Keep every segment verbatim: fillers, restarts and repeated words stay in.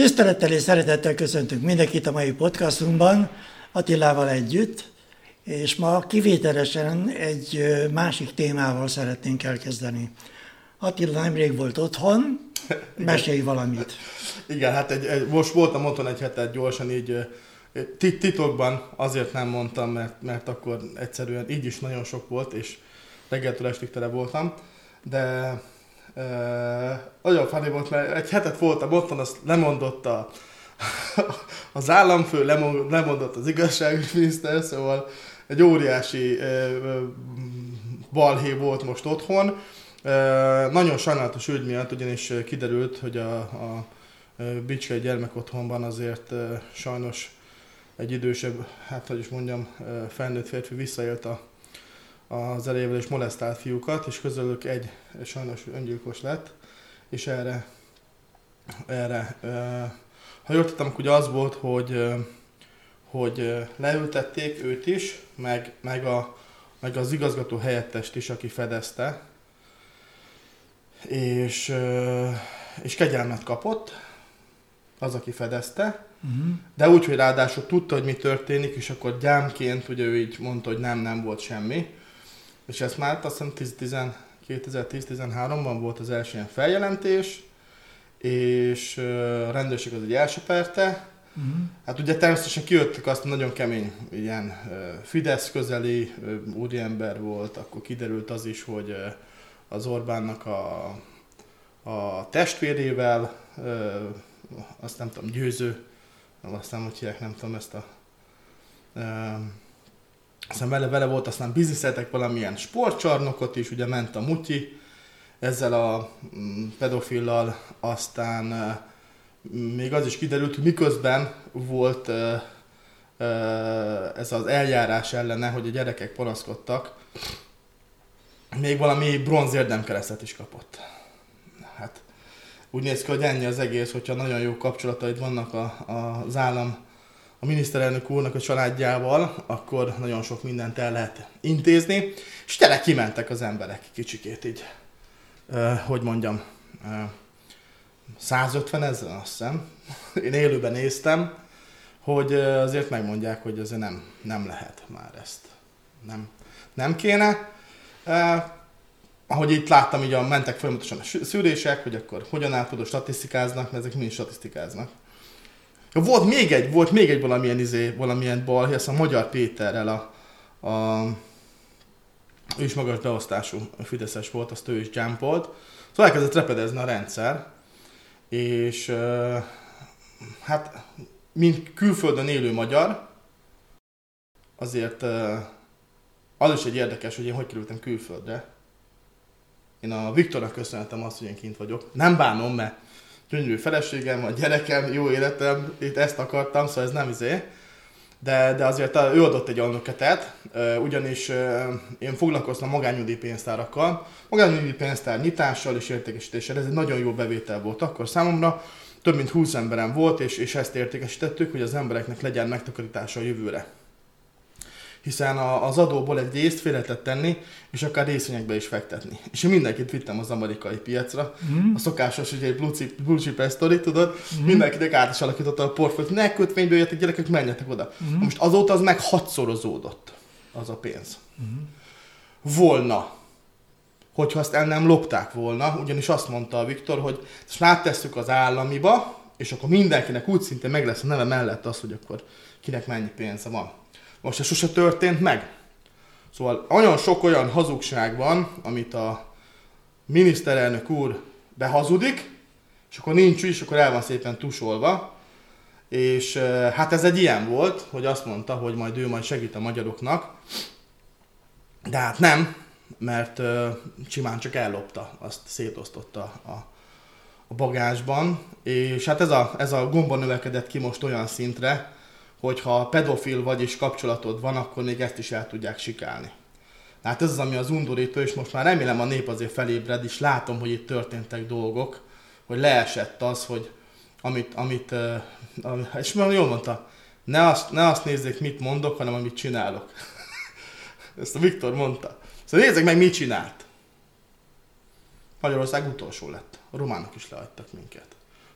Tisztelettel és szeretettel köszöntünk mindenkit a mai podcastunkban, Attilával együtt, és ma kivételesen egy másik témával szeretnénk elkezdeni. Attila nemrég volt otthon, mesélj valamit. Igen, hát egy, egy, most voltam otthon egy hetet gyorsan így titokban, azért nem mondtam, mert, mert akkor egyszerűen így is nagyon sok volt, és reggeltől estig tele voltam, de e, nagyon funny volt, mert egy hetet voltam otthon, azt lemondott a, az államfő, lemondott az igazságügyminiszter, szóval egy óriási e, balhé volt most otthon. E, nagyon sajnálatos ügy miatt, ugyanis kiderült, hogy a, a Bicskei gyermekotthonban azért e, sajnos egy idősebb, hát hogy is mondjam, felnőtt férfi visszaélt a, az elével és molesztált fiúkat, és közülük egy sajnos öngyilkos lett, és erre, erre ha jól tettem, akkor ugye az volt, hogy, hogy leültették őt is, meg, meg, a, meg az igazgató helyettest is, aki fedezte, és, és kegyelmet kapott, az, aki fedezte, uh-huh. De úgy, hogy ráadásul tudta, hogy mi történik, és akkor gyámként ugye ő így mondta, hogy nem, nem volt semmi. És ezt már azt hiszem kétezer-tíz-tizenháromban volt az első ilyen feljelentés, és a rendőrség az egy elsöperte. Uh-huh. Hát ugye természetesen kijöttek azt nagyon kemény, ilyen Fidesz közeli úriember volt, akkor kiderült az is, hogy az Orbánnak a, a testvérével, azt nem tudom, Győző, aztán hogy hívják, nem tudom, ezt a... E, aztán vele, vele volt, aztán bizniszeltek valamilyen sportcsarnokot is, ugye ment a mutyi ezzel a mm, pedofillal, aztán e, még az is kiderült, hogy miközben volt e, e, ez az eljárás ellene, hogy a gyerekek panaszkodtak, még valami bronz érdemkeresztet is kapott. Hát úgy néz ki, hogy ennyi az egész, hogyha nagyon jó kapcsolataid vannak a, a, az állam, a miniszterelnök úrnak a családjával, akkor nagyon sok mindent el lehet intézni, és tényleg kimentek az emberek kicsikét így, uh, hogy mondjam, uh, százötven ezeren, azt hiszem, én élőben néztem, hogy uh, azért megmondják, hogy azért nem, nem lehet már ezt, nem, nem kéne. Uh, Ahogy itt láttam, így a, mentek folyamatosan a szűrések, hogy akkor hogyan átudó statisztikáznak, mert ezek mind statisztikáznak. Volt még egy, volt még egy valamilyen izé, valamilyen balhé, azt a Magyar Péterrel, a, a, ő is magas beosztású fideszes volt, azt ő is jumpolt. Szóval elkezdett repedezni a rendszer, és hát mint külföldön élő magyar, azért az is egy érdekes, hogy én hogy kerültem külföldre. Én a Viktornak köszönhetem azt, hogy én kint vagyok. Nem bánom, mert gyönyörű feleségem, a gyerekem, jó életem, itt ezt akartam, szóval ez nem izé. De, de azért ő adott egy alnoketet, ugyanis én foglalkoztam magánnyugdíjpénztárakkal. Magánnyugdíjpénztár nyitással és értékesítéssel, ez egy nagyon jó bevétel volt akkor számomra. Több mint húsz emberem volt, és, és ezt értékesítettük, hogy az embereknek legyen megtakarítása a jövőre. Hiszen az adóból egy részt félre lehetett tenni, és akár részvényekbe is fektetni. És én mindenkit vittem az amerikai piacra. Mm. A szokásos, hogy egy blue chip sztori, tudod? Mm. Mindenkinek át is alakította a portfóliót. Ne kötvényből jöttek gyerekek, menjetek oda. Mm. Most azóta az meg hatszorozódott, az a pénz. Mm. Volna, hogyha azt el nem lopták volna, ugyanis azt mondta a Viktor, hogy ezt áttesszük az államiba, és akkor mindenkinek úgy szintén meg lesz a neve mellett az, hogy akkor kinek mennyi pénze van. Most ez sose történt meg. Szóval olyan sok olyan hazugság van, amit a miniszterelnök úr behazudik, és akkor nincs is, akkor el van szépen tusolva. És hát ez egy ilyen volt, hogy azt mondta, hogy majd ő majd segít a magyaroknak. De hát nem, mert simán csak ellopta, azt szétosztotta a, a bagázsban. És hát ez a, ez a gomba növekedett ki most olyan szintre, hogyha pedofil vagy és kapcsolatod van, akkor még ezt is el tudják sikálni. Hát ez az, ami az undorító, és most már remélem a nép azért felébred, és látom, hogy itt történtek dolgok, hogy leesett az, hogy amit, amit uh, és már jól mondta, ne azt, ne azt nézzék, mit mondok, hanem amit csinálok. Ezt a Viktor mondta. Szóval nézzék meg, mit csinált. Magyarország utolsó lett. A románok is lehagytak minket.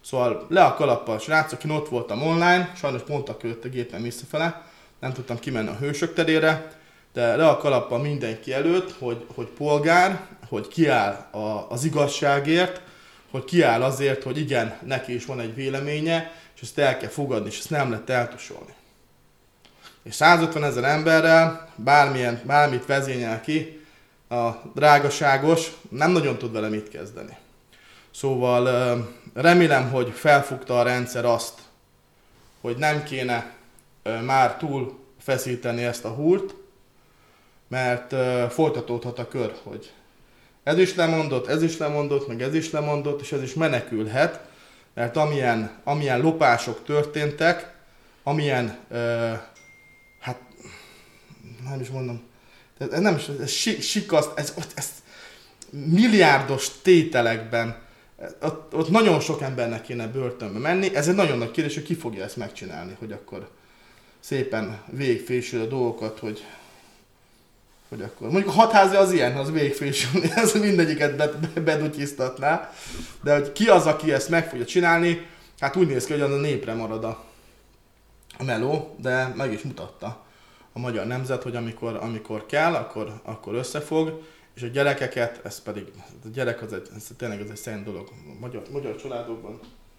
Szóval le a kalappal, srác, én ott voltam online, sajnos pont a költ a gépen visszafele, nem tudtam kimenni a Hősök terére, de le a kalappal mindenki előtt, hogy, hogy polgár, hogy kiáll a, az igazságért, hogy kiáll azért, hogy igen, neki is van egy véleménye, és ezt el kell fogadni, és ezt nem lehet eltusolni. És százötven ezer emberrel bármilyen, bármit vezényel ki, a drágaságos nem nagyon tud vele mit kezdeni. Szóval remélem, hogy felfogta a rendszer azt, hogy nem kéne már túl feszíteni ezt a húrt, mert folytatódhat a kör, hogy ez is lemondott, ez is lemondott, meg ez is lemondott, és ez is menekülhet, mert amilyen, amilyen lopások történtek, amilyen, uh, hát nem is mondom, ez nem is, ez sikaszt, ez, ez milliárdos tételekben, ott, ott nagyon sok embernek kéne börtönbe menni, ez egy nagyon nagy kérdés, hogy ki fogja ezt megcsinálni, hogy akkor szépen végigfésül a dolgokat, hogy hogy akkor. Mondjuk a hatházi az ilyen, az végigfésülni, ez mindegyiket bedutyiztatná, de hogy ki az, aki ezt meg fogja csinálni, hát úgy néz ki, hogy az a népre marad a, a meló, de meg is mutatta a magyar nemzet, hogy amikor, amikor kell, akkor, akkor összefog, és a gyerekeket, ez pedig, a gyerek az egy, ez tényleg ez egy szent dolog a magyar, magyar családokban.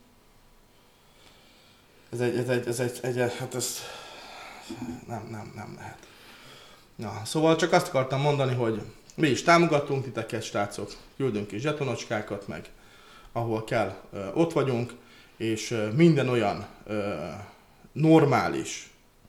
Ez egy, ez egy, ez egy, egy hát ez nem, nem, nem lehet. Na, szóval csak azt akartam mondani, hogy mi is támogatunk titeket, srácok, küldünk ki zsetonocskákat, meg ahol kell, ott vagyunk, és minden olyan normális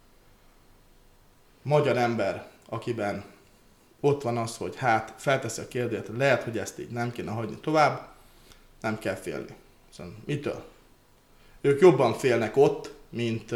magyar ember, akiben ott van az, hogy hát felteszi a kérdést, lehet, hogy ezt így nem kéne hagyni tovább, nem kell félni. Szóval mitől? Ők jobban félnek ott, mint...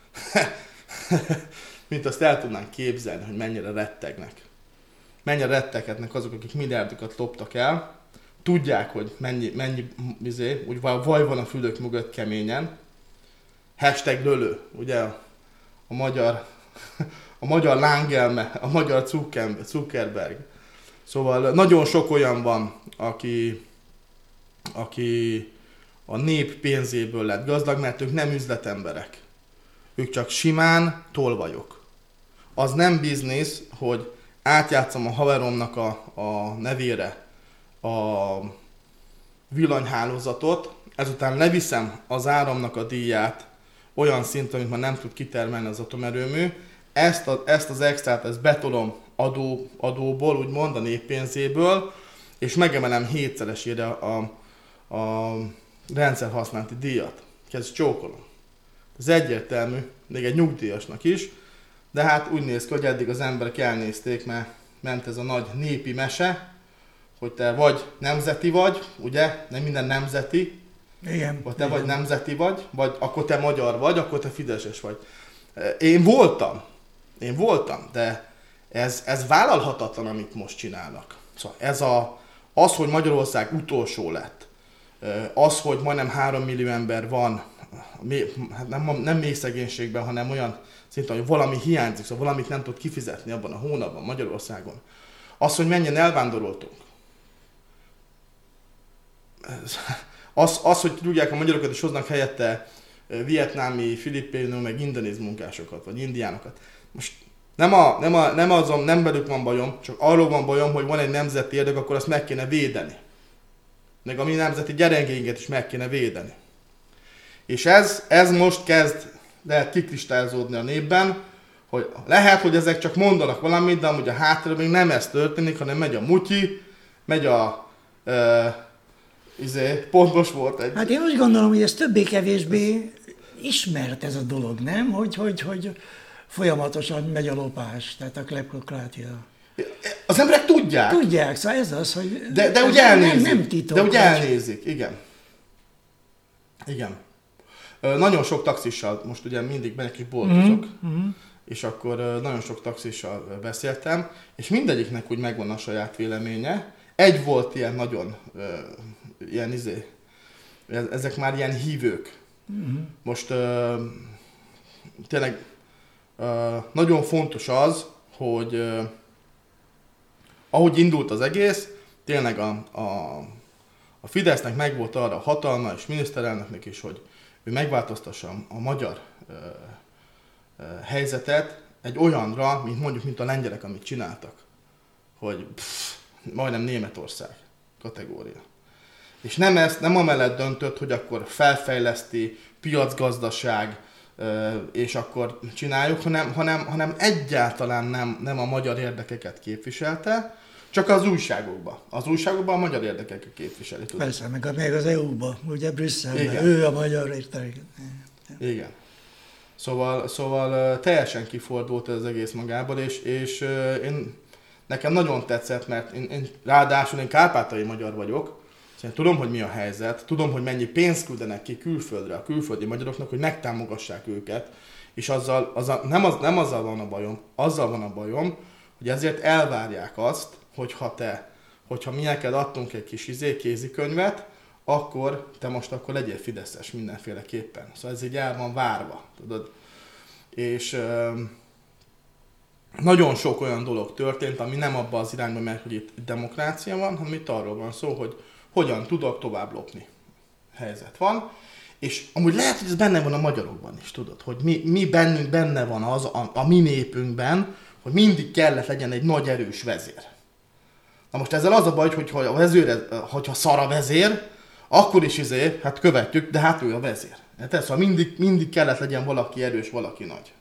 mint azt el tudnánk képzelni, hogy mennyire rettegnek. Mennyire retteghetnek azok, akik milliárdokat loptak el, tudják, hogy mennyi, mennyi izé, úgy vaj van a fülök mögött keményen. Hashtag lölő, ugye a, a magyar, a magyar lángelme, a magyar Zuckerberg. Szóval nagyon sok olyan van, aki, aki a nép pénzéből lett gazdag, mert ők nem üzletemberek. Ők csak simán tolvajok. Az nem biznisz, hogy átjátszom a haveromnak a, a nevére a villanyhálózatot, ezután leviszem az áramnak a díját olyan szinten, amit már nem tud kitermelni az atomerőmű, ezt, a, ezt az extrát ezt betolom adó, adóból, úgymond a néppénzéből, és megemelem hétszeresére a, a rendszerhasználati díjat. Kezd csókolom. Ez egyértelmű, még egy nyugdíjasnak is, de hát úgy néz ki, hogy eddig az emberek elnézték, mert ment ez a nagy népi mese, hogy te vagy nemzeti vagy, ugye? Nem minden nemzeti. Igen. Vagy te igen. vagy nemzeti vagy, vagy akkor te magyar vagy, akkor te fideszes vagy. Én voltam, én voltam, de ez, ez vállalhatatlan, amit most csinálnak. Szóval ez a, az, hogy Magyarország utolsó lett, az, hogy majdnem három millió ember van, nem, nem mély szegénységben, hanem olyan szinten, hogy valami hiányzik, szóval valamit nem tud kifizetni abban a hónapban Magyarországon. Az, hogy mennyien elvándoroltunk. Az, az, hogy tudják a magyarokat is hoznak helyette vietnámi, filippinó, meg indonéz munkásokat, vagy indiánokat. Most nem, a, nem, a, nem azon, nem velük van bajom, csak arról van bajom, hogy van egy nemzeti érdek, akkor azt meg kéne védeni. Meg a mi nemzeti gyerengénket is meg kéne védeni. És ez, ez most kezd lehet kikristályozódni a népben, hogy lehet, hogy ezek csak mondanak valamit, de amúgy a háttérben még nem ez történik, hanem megy a mutyi, megy a... E, izé, pont most volt egy... Hát én úgy gondolom, hogy ez többé-kevésbé ismert ez a dolog, nem? Hogy, hogy, hogy folyamatosan megy a lopás, tehát a kleptokrácia. Az emberek tudják. Tudják, szóval ez az, hogy... De, de úgy elnézik. Nem, nem titok. De úgy elnézik, igen. Igen. Ö, nagyon sok taxissal, most ugye mindig megyek és boltozok, mm-hmm. és akkor ö, nagyon sok taxissal beszéltem, és mindegyiknek úgy megvan a saját véleménye. Egy volt ilyen nagyon, ö, ilyen izé, ezek már ilyen hívők. Mm-hmm. Most ö, tényleg ö, nagyon fontos az, hogy ö, ahogy indult az egész, tényleg a, a, A Fidesznek megvolt arra a hatalma, és miniszterelnöknek is, hogy ő megváltoztassa a magyar ö, ö, helyzetet egy olyanra, mint mondjuk, mint a lengyelek, amit csináltak. Hogy pff, majdnem Németország kategória. És nem ezt, nem amellett döntött, hogy akkor felfejleszti, piacgazdaság, és akkor csináljuk, hanem, hanem, hanem egyáltalán nem, nem a magyar érdekeket képviselte, csak az újságokban. Az újságokban a magyar érdekeket képviseli. Tudod? Persze, meg, a, meg az é u-ba, ugye Brüsszelben, ő a magyar érdekeket. Igen. Szóval, szóval teljesen kifordult ez az egész magából, és, és én, nekem nagyon tetszett, mert én, én, ráadásul én kárpátaljai magyar vagyok, szóval tudom, hogy mi a helyzet, tudom, hogy mennyi pénzt küldenek ki külföldre a külföldi magyaroknak, hogy megtámogassák őket, és azzal, azzal nem, az, nem azzal van a bajom, azzal van a bajom, hogy ezért elvárják azt, hogyha te, hogyha mi neked adtunk egy kis izé, kézikönyvet, akkor te most akkor legyél fideszes mindenféleképpen. Szóval ez így el van várva, tudod. És ö, nagyon sok olyan dolog történt, ami nem abba az irányba megy, hogy itt demokrácia van, hanem itt arról van szó, hogy hogyan tudok tovább lopni helyzet van. És amúgy lehet, hogy ez benne van a magyarokban is, tudod, hogy mi, mi bennünk benne van az, a, a mi népünkben, hogy mindig kellett legyen egy nagy erős vezér. Na most ezzel az a baj, hogy ha a vezér, hogyha szar a vezér, akkor is izé, hát követjük, de hát ő a vezér. Tehát szóval mindig, mindig kellett legyen valaki erős, valaki nagy.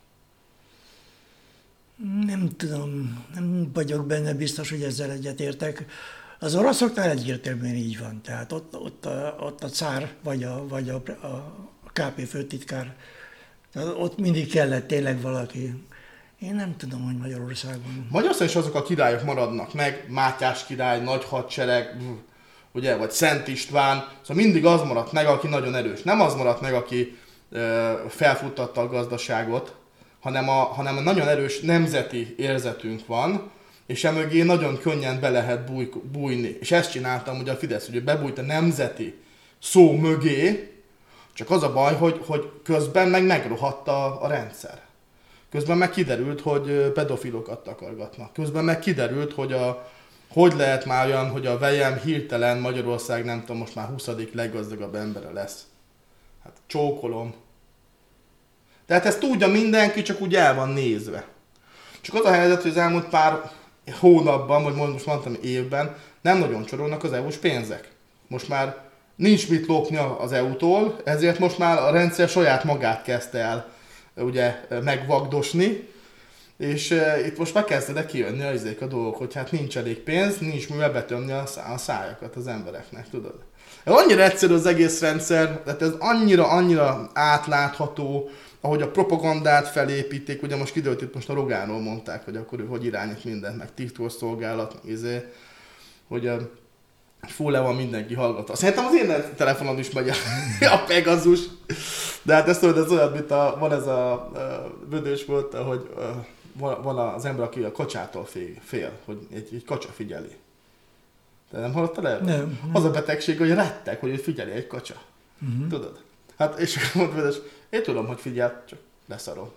Nem tudom, nem vagyok benne biztos, hogy ezzel egyetértek. Az oroszoknál egyértelműen így van. Tehát ott, ott, a, ott a cár, vagy a, vagy a, a ká pé főtitkár, tehát ott mindig kellett tényleg valaki. Én nem tudom, hogy Magyarországon. Magyarországon is azok a királyok maradnak meg, Mátyás király, nagy hadsereg, ugye, vagy Szent István, szóval mindig az maradt meg, aki nagyon erős. Nem az maradt meg, aki ö, felfuttatta a gazdaságot, hanem a, hanem a nagyon erős nemzeti érzetünk van, és emögé nagyon könnyen be lehet búj, bújni. És ezt csináltam ugye a Fidesz, hogy bebújt a nemzeti szó mögé, csak az a baj, hogy, hogy közben meg megrohadt a, a rendszer. Közben meg kiderült, hogy pedofilokat takargatnak. Közben meg kiderült, hogy a, hogy lehet már olyan, hogy a vejem hirtelen Magyarország, nem tudom, most már huszadik leggazdagabb embere lesz. Hát csókolom. Tehát ezt tudja mindenki, csak úgy el van nézve. Csak az a helyzet, hogy az elmúlt pár hónapban, vagy most mondtam évben, nem nagyon csorolnak az é u-s pénzek. Most már nincs mit lopni az é u-tól, ezért most már a rendszer saját magát kezdte el ugye megvagdosni, és uh, itt most már kezdenek kijönni a, izék a dolgok, hogy hát nincs elég pénz, nincs mivel betömni a, szá- a szájakat az embereknek, tudod. Ez annyira egyszerű az egész rendszer, tehát ez annyira, annyira átlátható, ahogy a propagandát felépítik, ugye most kiderült, itt most a Rogánról mondták, hogy akkor ő hogy irányít mindent, meg titkosszolgálat, meg izé, hogy uh, full le van mindenki hallgatva. Szerintem az én telefonon is megy a, a Pegasus. De hát ezt tudod, ez olyan, mint a, van ez a uh, vödős volt, hogy uh, van, van az ember, aki a kacsától fél, fél hogy egy, egy kacsa figyeli. Te nem hallottad el? Nem, nem. Az a betegség, hogy rettek, hogy figyeli egy kacsa. Uh-huh. Tudod? Hát és mondta vödős, én tudom, hogy figyel, csak leszarom.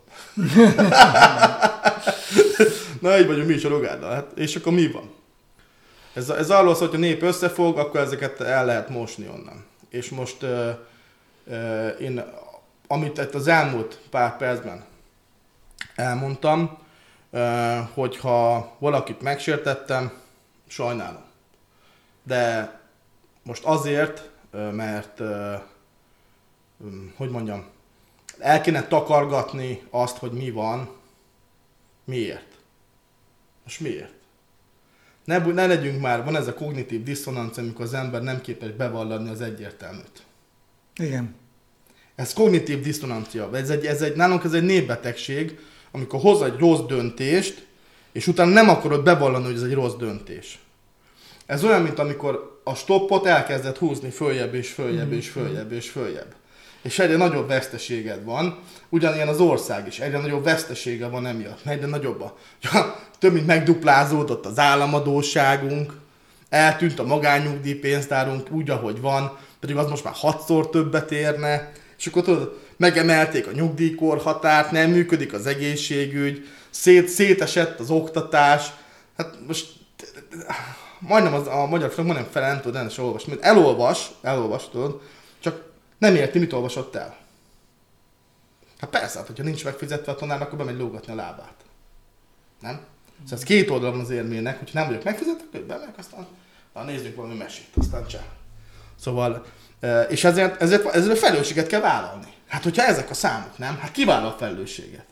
Na így vagyunk mi is a Rogánnal. Hát, és akkor mi van? Ez, ez arról szól, hogy a nép összefog, akkor ezeket el lehet mosni onnan. És most uh, uh, én, amit itt az elmúlt pár percben elmondtam, uh, hogyha valakit megsértettem, sajnálom. De most azért, uh, mert, uh, um, hogy mondjam, el kéne takargatni azt, hogy mi van. Miért? Most miért? Ne, ne legyünk már, van ez a kognitív diszonancia, amikor az ember nem képes bevallani az egyértelműt. Igen. Ez kognitív diszonancia. Ez egy, ez egy, nálunk ez egy népbetegség, amikor hoz egy rossz döntést, és utána nem akarod bevallani, hogy ez egy rossz döntés. Ez olyan, mint amikor a stoppot elkezdett húzni följebb és följebb és följebb és följebb. És egyre nagyobb veszteséged van, ugyanilyen az ország is, egyre nagyobb vesztesége van emiatt, egyre nagyobb a... Ja, több mint megduplázódott az államadósságunk, eltűnt a magánnyugdíjpénztárunk úgy, ahogy van, pedig az most már hatszor többet érne, és akkor tudod, megemelték a nyugdíjkorhatárt, nem működik az egészségügy, szét, szétesett az oktatás, hát most majdnem az, a magyar finak majdnem fele nem tud rendesen olvasni. Mert elolvas, elolvas, tudod, csak nem érti, mit olvasott el. Hát persze, hát, hogyha nincs megfizetve a tanár, akkor bemegy lógatni a lábát. Nem? Szóval ez két oldalon az érmének, hogyha nem vagyok megfizetve, akkor bemegyek, aztán na, nézzük valami mesét, aztán csá. Szóval, és ezért, ezért, ezért felelősséget kell vállalni. Hát, hogyha ezek a számok, nem? Hát ki vállal a felelősséget?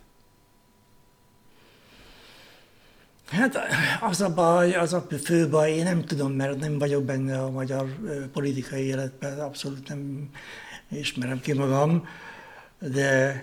Hát az a baj, az a fő baj, én nem tudom, mert nem vagyok benne a magyar politikai életben, abszolút nem ismerem ki magam, de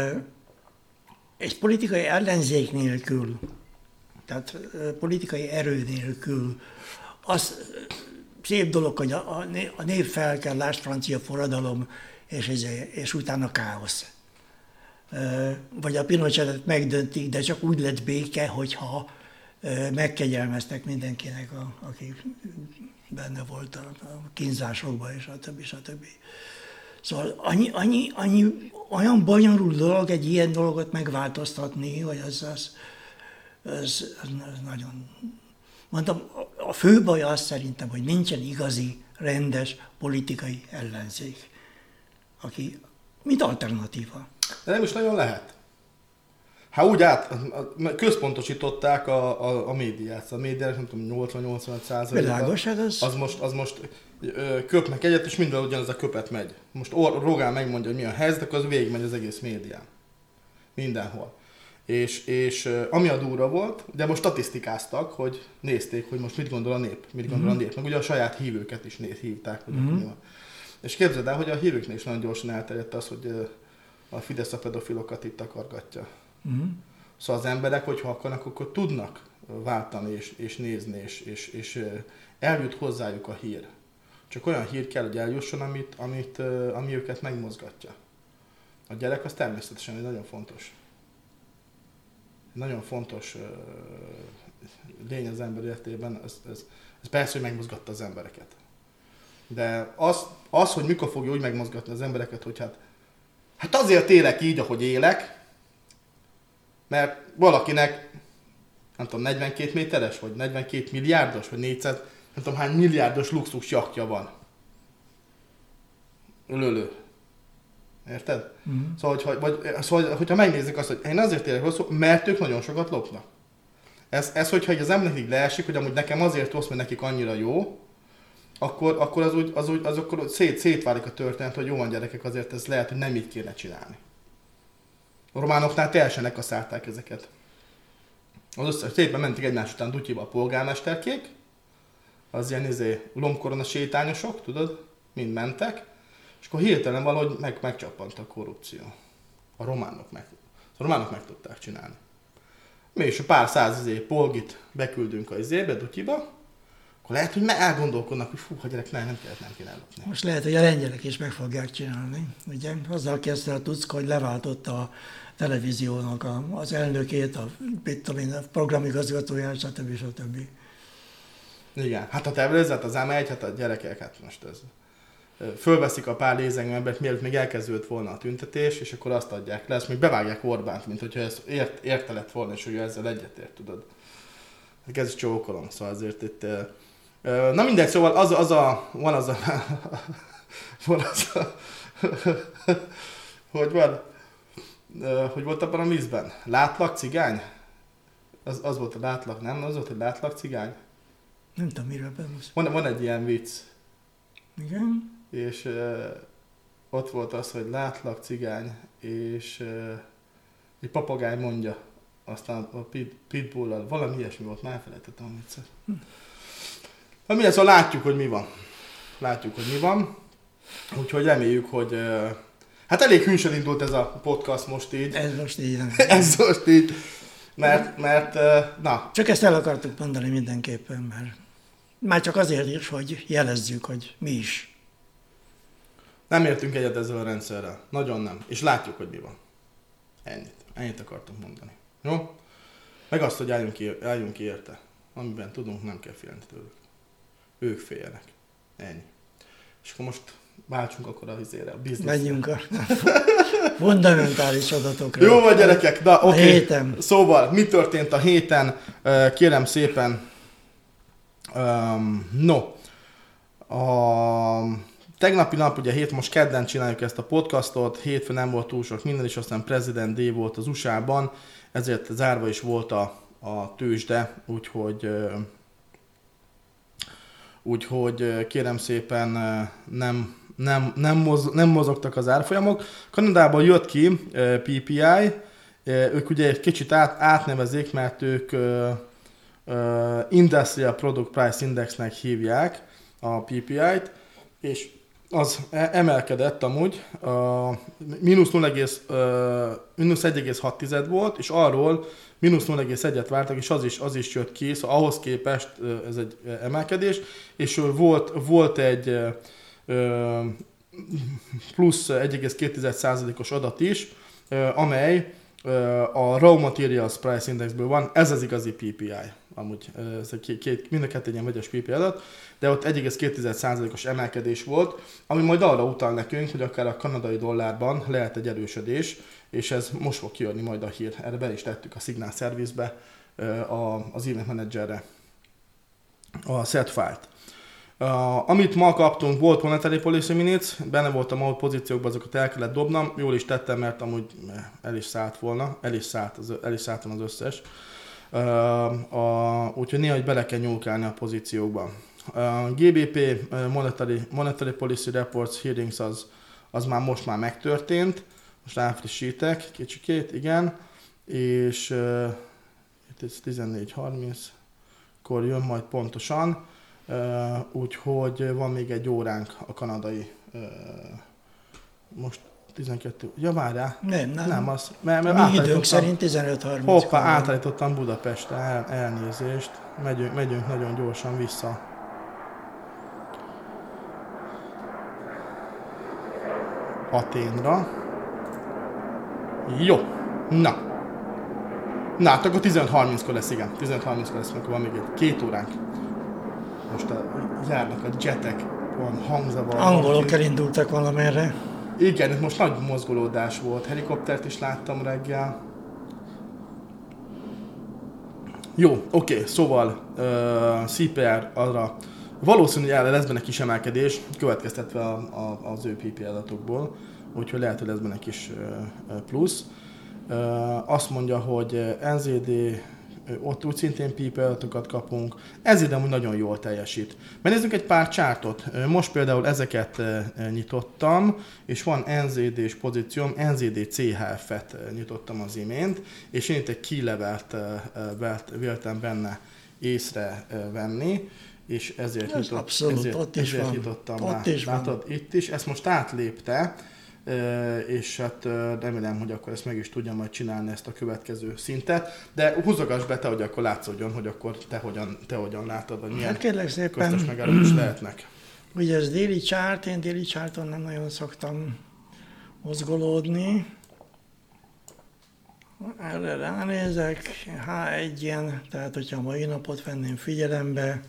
egy politikai ellenzék nélkül, tehát politikai erő nélkül, az szép dolog, hogy a nép fel kell, lásd francia forradalom, és, és utána káosz. Vagy a Pinochetet megdöntik, de csak úgy lett béke, hogyha megkegyelmeztek mindenkinek, a, aki benne volt a, a kínzásokban, és a többi, stb. Szóval annyi, annyi, annyi olyan bonyolult dolog egy ilyen dolgot megváltoztatni, hogy az, az, az, az nagyon... Mondom, a fő baj az szerintem, hogy nincsen igazi, rendes politikai ellenzék, aki, mint alternatíva. De nem is nagyon lehet. Hát úgy át, központosították a, a, a médiát. A médiát, nem tudom, nyolcvan-nyolcvanöt százalék. az... Az most, az most ö, köpnek egyet, és minden ugyanaz a köpet megy. Most Rogán megmondja, hogy mi a helyzet, akkor az végigmegy az egész médián. Mindenhol. És, és ami a durva volt, de most statisztikáztak, hogy nézték, hogy most mit gondol a nép, mit gondol mm-hmm. a nép. Meg ugye a saját hívőket is néz, hívták. Hogy mm-hmm. mi van. És képzeld el, hogy a hívőknél is nagyon gyorsan elterjedt az, hogy a Fidesz a pedofilokat itt akargatja. Mm-hmm. Szóval az emberek, hogyha akarnak, akkor tudnak váltani és, és nézni, és, és, és eljut hozzájuk a hír. Csak olyan hír kell, hogy eljusson, amit, amit, ami őket megmozgatja. A gyerek az természetesen egy nagyon fontos. Nagyon fontos uh, lény az ember életében, ez, ez, ez persze, hogy megmozgatta az embereket. De az, az, hogy mikor fogja úgy megmozgatni az embereket, hogy hát, hát azért élek így, ahogy élek, mert valakinek, nem tudom, negyvenkét méteres, vagy negyvenkét milliárdos, vagy négyszáz, nem tudom hány milliárdos luxus jachtja van. Ölölő. Érted? Mm-hmm. Szóval, hogy, vagy, szóval, hogyha megnézzük azt, hogy én azért élek rosszul, mert ők nagyon sokat lopnak. Ez, ez hogyha az embernek így leesik, hogy amúgy nekem azért rossz, mert nekik annyira jó, akkor, akkor az úgy, az úgy az akkor szét, szétválik a történet, hogy jó van gyerekek, azért ez lehet, hogy nem így kéne csinálni. A románoknál teljesen lekaszálták ezeket. Az összes szépen mentek egymás után dutyiba a polgármesterkék, az ilyen izé, lomkorona sétányosok, tudod, mind mentek, és akkor hirtelen valahogy meg, megcsappant a korrupció. A románok meg, a románok meg tudták csinálni. Mi is a pár száz izé, polgit beküldünk a izébe, dutyiba, akkor lehet, hogy elgondolkodnak, hogy fú, ha gyerek, nem, nem kellett, nem kéne ellopni. Most lehet, hogy a lengyelek is meg fogják csinálni. Ugye? Azzal kezdte a Tusk, hogy leváltotta a televíziónak a, az elnökét, a, a programigazgatóját, stb. stb. Igen, hát ha tervezett az ám egy, hát a gyerekek, hát most ez... Fölveszik a pár lézengő embert, mielőtt még elkezdődött volna a tüntetés, és akkor azt adják le, és még bevágják Orbánt, mint hogyha ez ért, érte lett volna, és ő ezzel egyetért, tudod. Ez is csókolom, szóval azért itt... Na mindegy, szóval az, az a... Van az a... Van az a... Hogy van? Hogy volt abban a vízben? Látlak cigány? Az, az volt a látlak, nem? Az volt, hogy látlak cigány? Nem tudom, miről bemusz. Van, van egy ilyen vicc. Igen? És uh, ott volt az, hogy látlak cigány, és uh, egy papagáj mondja, aztán a pit, pitbull-al, valami ilyesmi volt, már elfelejtettem egyszer. Hm. Na milyen, szóval látjuk, hogy mi van. Látjuk, hogy mi van. Úgyhogy reméljük, hogy... Uh, hát elég hűsen indult ez a podcast most így. Ez most így. ez most így. Mert, mert uh, na. Csak ezt el akartuk mondani mindenképpen, mert már csak azért is, hogy jelezzük, hogy mi is. Nem értünk egyet ezzel a rendszerrel. Nagyon nem. És látjuk, hogy mi van. Ennyit. Ennyit akartunk mondani. Jó? Meg azt, hogy álljunk ki, álljunk ki érte. Amiben tudunk, nem kell félni tőlük. Ők féljenek. Ennyi. És akkor most váltsunk akkor a vizére, a bizniszre. Menjünk a fundamentális adatokra. Jó vagy gyerekek, na oké. Okay. Szóval, mi történt a héten? Kérem szépen, Um, no, a tegnapi nap, ugye hét, most kedden csináljuk ezt a podcastot, hétfőn nem volt túl sok minden, és aztán President Day volt az u es á-ban, ezért zárva is volt a, a tőzsde, úgyhogy, úgyhogy kérem szépen nem, nem, nem, moz, nem mozogtak az árfolyamok. Kanadában jött ki pé pé i, ők ugye egy kicsit át, átnevezik, mert ők Industrial Product Price Indexnek hívják a pé pé i-t, és az emelkedett amúgy, mínusz egy egész hat volt, és arról mínusz nulla egész egyet vártak, és az is, az is jött ki, szóval ahhoz képest ez egy emelkedés, és volt, volt egy plusz egy egész két százalékos adat is, amely a Raw Materials Price Indexből van, ez az igazi pé pé i. Amúgy ez két, két, mind a kettő egy ilyen vegyes pé pé i adat, de ott egy egész két százalékos emelkedés volt, ami majd arra utal nekünk, hogy akár a kanadai dollárban lehet egy erősödés, és ez most fog kijönni majd a hír. Erre be is tettük a Signal Service-be, az Event Managerre a set file-t. Uh, amit ma kaptunk, volt Monetary Policy Minutes, benne voltam ahol pozíciókban, azokat el kellett dobnom, jól is tettem, mert amúgy el is szállt volna, el is, szállt az, el is szálltam az összes. Uh, a, úgyhogy néha bele kell nyúlkálni a pozíciókba. Uh, gé bé pé uh, Monetary, Monetary Policy Reports Hearings az, az már most már megtörtént, most elfrissítek kicsikét, igen, és uh, itt ez tizennégy harminckor jön majd pontosan. Uh, úgyhogy van még egy óránk a kanadai, uh, most tizenkettő, ja várjál, nem, nem, nem az, mert, mert mi időnk szerint tizenöt harminc. Hoppá, átállítottam Budapestre, el, elnézést, megyünk, megyünk nagyon gyorsan vissza. Aténra. Jó, na. Na, hát akkor tizenöt harminckor lesz, igen, tizenöt harminckor lesz, akkor van még egy két óránk. Most a, járnak a jetek, van hangzavar. Angolok elindultak valamerre. Igen, itt most nagy mozgolódás volt. Helikoptert is láttam reggel. Jó, oké, okay, szóval uh, cé pé er arra valószínűleg erre lesz benne kis emelkedés, következtetve a, a, az ő pé pé adatokból, úgyhogy lehet, hogy lesz benne kis uh, plusz. Uh, azt mondja, hogy en zé dé, ott úgy szintén pé pé adatokat kapunk, ez ide amúgy nagyon jól teljesít. Megnézzünk egy pár csártot. Most például ezeket nyitottam, és van en zé dés pozícióm, en zé dé cé há ef-et nyitottam az imént, és én itt egy key levelt véltem benne észrevenni, és ezért, ez nyitott, abszolút, ezért, ott is ezért van. nyitottam Ott rá. is Látod, van. Itt is, ezt most átlépte, és hát remélem, hogy akkor ezt meg is tudjam majd csinálni, ezt a következő szintet, de húzogass be te, hogy akkor látszódjon, hogy akkor te hogyan, te hogyan látod, hogy milyen hát szépen, köztes megállapodás lehetnek. Ugye ez déli chart, én déli charton nem nagyon szoktam mozgolódni. Erre ránézek, há egyen, tehát hogyha a mai napot venném figyelembe,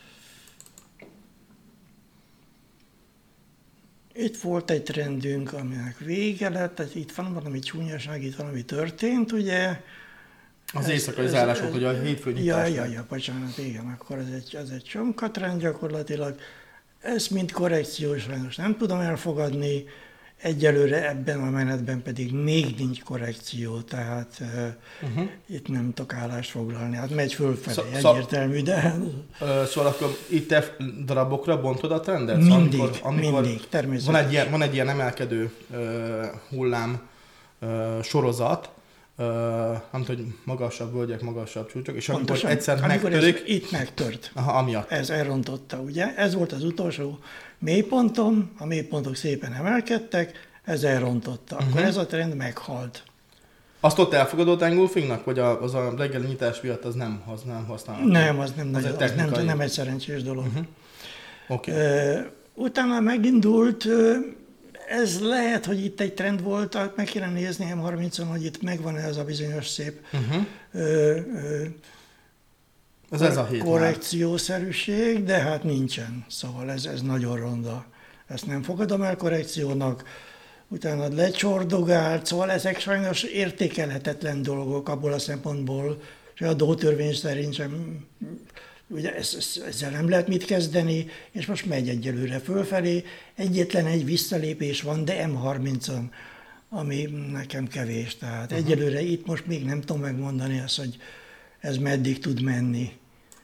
itt volt egy trendünk, aminek vége lett, tehát itt van valami csúnyaság, itt valami történt, ugye. Az éjszakai zárás volt, hogy a hétfő nyitás. Ja, ja, ja, bocsánat, igen, akkor ez egy, ez egy csomkatrend gyakorlatilag. Ezt mind korrekciós sajnos nem tudom elfogadni, egyelőre ebben a menetben pedig még nincs korrekció, tehát uh-huh. uh, itt nem tudok állást foglalni. Hát megy fölfelé, Szó, egyértelmű, de... Uh, szóval akkor í té ef darabokra bontod a trendet? Mindig, amikor, amikor mindig, természetesen. Van egy ilyen, van egy ilyen emelkedő uh, hullám uh, sorozat, uh, nem tudom, hogy magasabb völgyek, magasabb csúcsok, és amikor Pontosan. egyszer amikor megtörik... itt megtört. Aha, amiatt. Ez elrontotta, ugye? Ez volt az utolsó mélypontom, a mélypontok szépen emelkedtek, ez elrontotta. Akkor uh-huh. ez a trend meghalt. Azt ott elfogadott engulfingnak, vagy a, az a reggeli nyitás miatt az nem, az nem használható? Nem, az nem, az nagyon, az nem, nem egy szerencsés dolog. Uh-huh. Okay. Uh, utána megindult, uh, ez lehet, hogy itt egy trend volt, meg kéne nézni em harmincon, hogy itt megvan ez a bizonyos szép uh-huh. uh, uh, ez ez a hét korrekciószerűség, de hát nincsen. Szóval ez, ez nagyon ronda. Ezt nem fogadom el korrekciónak. Utána lecsordogált, szóval ezek sajnos értékelhetetlen dolgok abból a szempontból, hogy a adótörvény szerint sem ugye ezzel nem lehet mit kezdeni, és most megy egyelőre fölfelé. Egyetlen egy visszalépés van, de em harmincon, ami nekem kevés. Tehát uh-huh. egyelőre itt most még nem tudom megmondani azt, hogy ez meddig tud menni.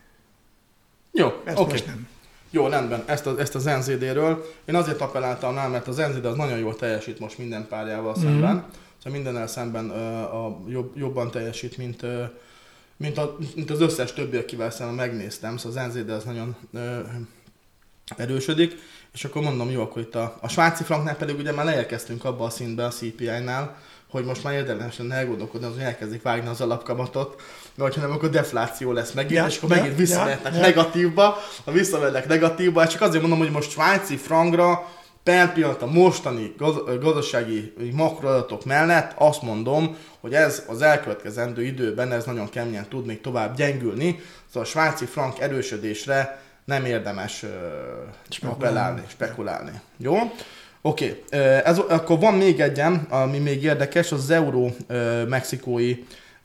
Jó, oké. Okay. Nem. Jó, rendben. Ezt a, ezt az en zé dé-ről én azért appelláltam rá, mert az en zé dé az nagyon jól teljesít most minden párjával mm-hmm. szemben. Szóval mindennel szemben ö, a jobb, jobban teljesít, mint, ö, mint, a, mint az összes többi, akivel szemben megnéztem. Szóval az en zé dé az nagyon ö, erősödik. És akkor mondom, jó, akkor itt a, a svájci franknál pedig ugye már leérkeztünk abba a szintbe a cé pé i-nál, hogy most már érdemesen elgondolkodni, hogy elkezdik vágni az alapkamatot, mert ha nem, akkor defláció lesz megint, ja, és akkor ja, megint visszamehetnek ja, negatívba, ha visszamehetnek negatívba, és csak azért mondom, hogy most svájci frankra per pillanat a mostani gaz- gazdasági makroadatok mellett azt mondom, hogy ez az elkövetkezendő időben ez nagyon keményen tud még tovább gyengülni, szóval a svájci frank erősödésre nem érdemes uh, appellálni, spekulálni. Jó? Oké, okay. Ez, akkor van még egyen, ami még érdekes, az, az euró-mexikói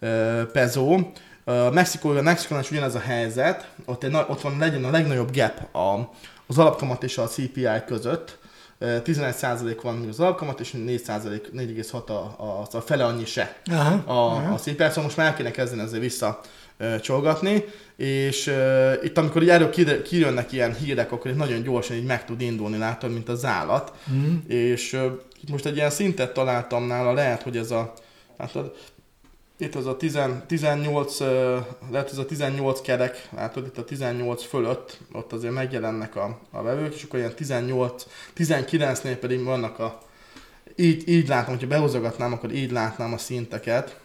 peso. Mexikói, a Mexikónál is ugyanez a helyzet, ott, egy, ott van legyen a legnagyobb gap a, az alapkamat és a cé pé i között. tizenegy százalék van az alapkamat, és négy százalék, négy egész hat a, a, a fele annyi se aha, a, aha. a cé pé i, szóval most már el kéne kezdeni ezzel vissza csolgatni, és uh, itt amikor erről kijönnek ilyen hírek, akkor itt nagyon gyorsan így meg tud indulni, látod, mint az állat. Mm. És uh, itt most egy ilyen szintet találtam nála, lehet, hogy ez a, látod, itt az a tíz, tizennyolc, uh, lehet ez a tizennyolc kerek, látod, itt a tizennyolc fölött, ott azért megjelennek a, a vevők, és akkor ilyen tizennyolc, tizenkilencnél pedig vannak a, így, így látom, hogyha behúzogatnám, akkor így látnám a szinteket.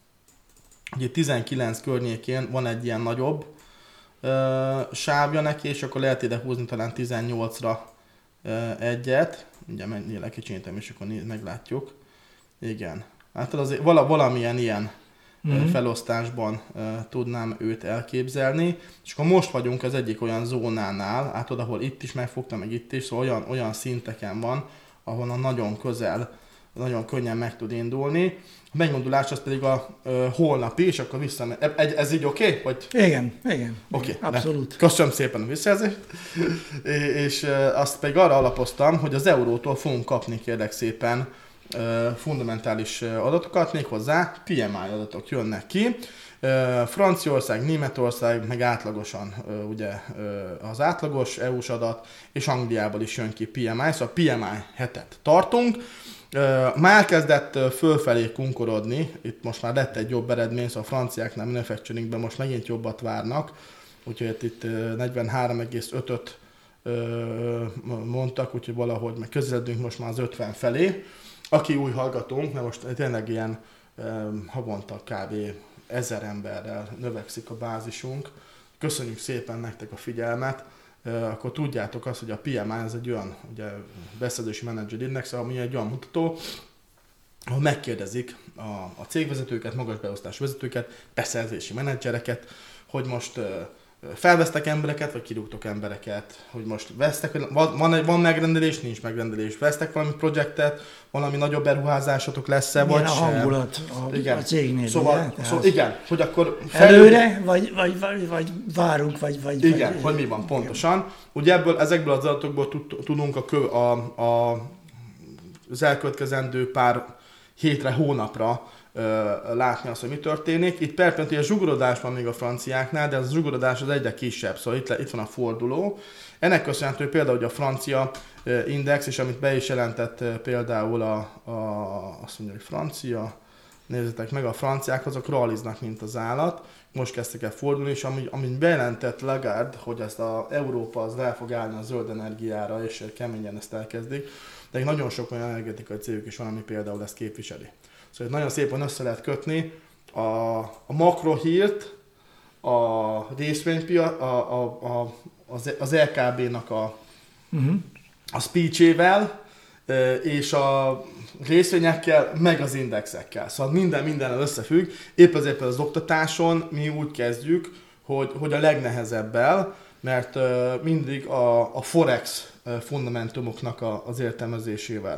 Ugye tizenkilenc környékén van egy ilyen nagyobb ö, sávja neki, és akkor lehet ide húzni talán tizennyolcra ö, egyet. Ugye mennyire lekicsintem, és akkor meglátjuk. Igen. Hát azért vala, valamilyen ilyen mm-hmm. felosztásban ö, tudnám őt elképzelni. És akkor most vagyunk az egyik olyan zónánál, hát oda, ahol itt is megfogtam, meg itt is, szóval olyan, olyan szinteken van, ahol nagyon közel, nagyon könnyen meg tud indulni. A megmondulás az pedig a ö, holnapi, és akkor vissza... Ez, ez így oké? Okay? Vagy... Igen, igen. Oké, okay, abszolút. Köszönöm szépen a visszajelzést. És ö, azt pedig arra alapoztam, hogy az eurótól fogunk kapni, kérlek szépen, ö, fundamentális adatokat, méghozzá pé em i adatok jönnek ki. Ö, Franciaország, Németország, meg átlagosan ö, ugye ö, az átlagos é u-s adat, és Angliából is jön ki pé em i, szóval pé em i hetet tartunk. Uh, már kezdett uh, fölfelé kunkorodni, itt most már lett egy jobb eredmény, szóval a franciáknál manufacturingben most megint jobbat várnak, úgyhogy itt uh, negyvenhárom egész ötöt uh, mondtak, úgyhogy valahogy meg közeledünk most már az ötven felé. Aki új hallgatónk, mert most tényleg ilyen uh, havonta kb. ezer emberrel növekszik a bázisunk, köszönjük szépen nektek a figyelmet. Akkor tudjátok azt, hogy a pé em i ez egy olyan ugye, beszedési menedzser index, ami egy olyan mutató, ahol megkérdezik a, a cégvezetőket, magas beosztású vezetőket, beszerzési menedzsereket, hogy most uh, felvesztek embereket, vagy kirúgtok embereket, hogy most vesztek, van, van, van megrendelés, nincs megrendelés, vesztek valami projektet, valami nagyobb beruházásotok lesz-e, vagy a hangulat a, igen. a cégnél. Szóval, szóval igen, hogy akkor... Előre, vagy, vagy, vagy, vagy várunk, vagy... vagy igen, vagy, hogy mi van pontosan. Igen. Ugye ebből, ezekből az adatokból tudunk a, kö, a, a, az elkövetkezendő pár hétre, hónapra látni azt, hogy mi történik. Itt perpentően zsugorodás van még a franciáknál, de az a zsugorodás az egyre kisebb, szóval itt, itt van a forduló. Ennek köszönhető például, hogy a francia index, és amit be is jelentett például a, a azt mondja, hogy francia, nézzétek meg, a franciák azok realiznak, mint az állat. Most kezdtek el fordulni, és amit, amit bejelentett Lagarde, hogy ezt a Európa az el fog állni a zöld energiára, és keményen ezt elkezdik, de nagyon sok olyan energetikai cégük is van, ami például ezt képviseli. Szóval nagyon szépen össze lehet kötni a, a makrohírt, a részvénypiac, a, a, a, az, az el ká bé-nak a, uh-huh. a speech-ével, és a részvényekkel, meg az indexekkel. Szóval minden mindennel összefügg. Épp azért az oktatáson mi úgy kezdjük, hogy, hogy a legnehezebbel, mert mindig a, a forex fundamentumoknak a, az értelmezésével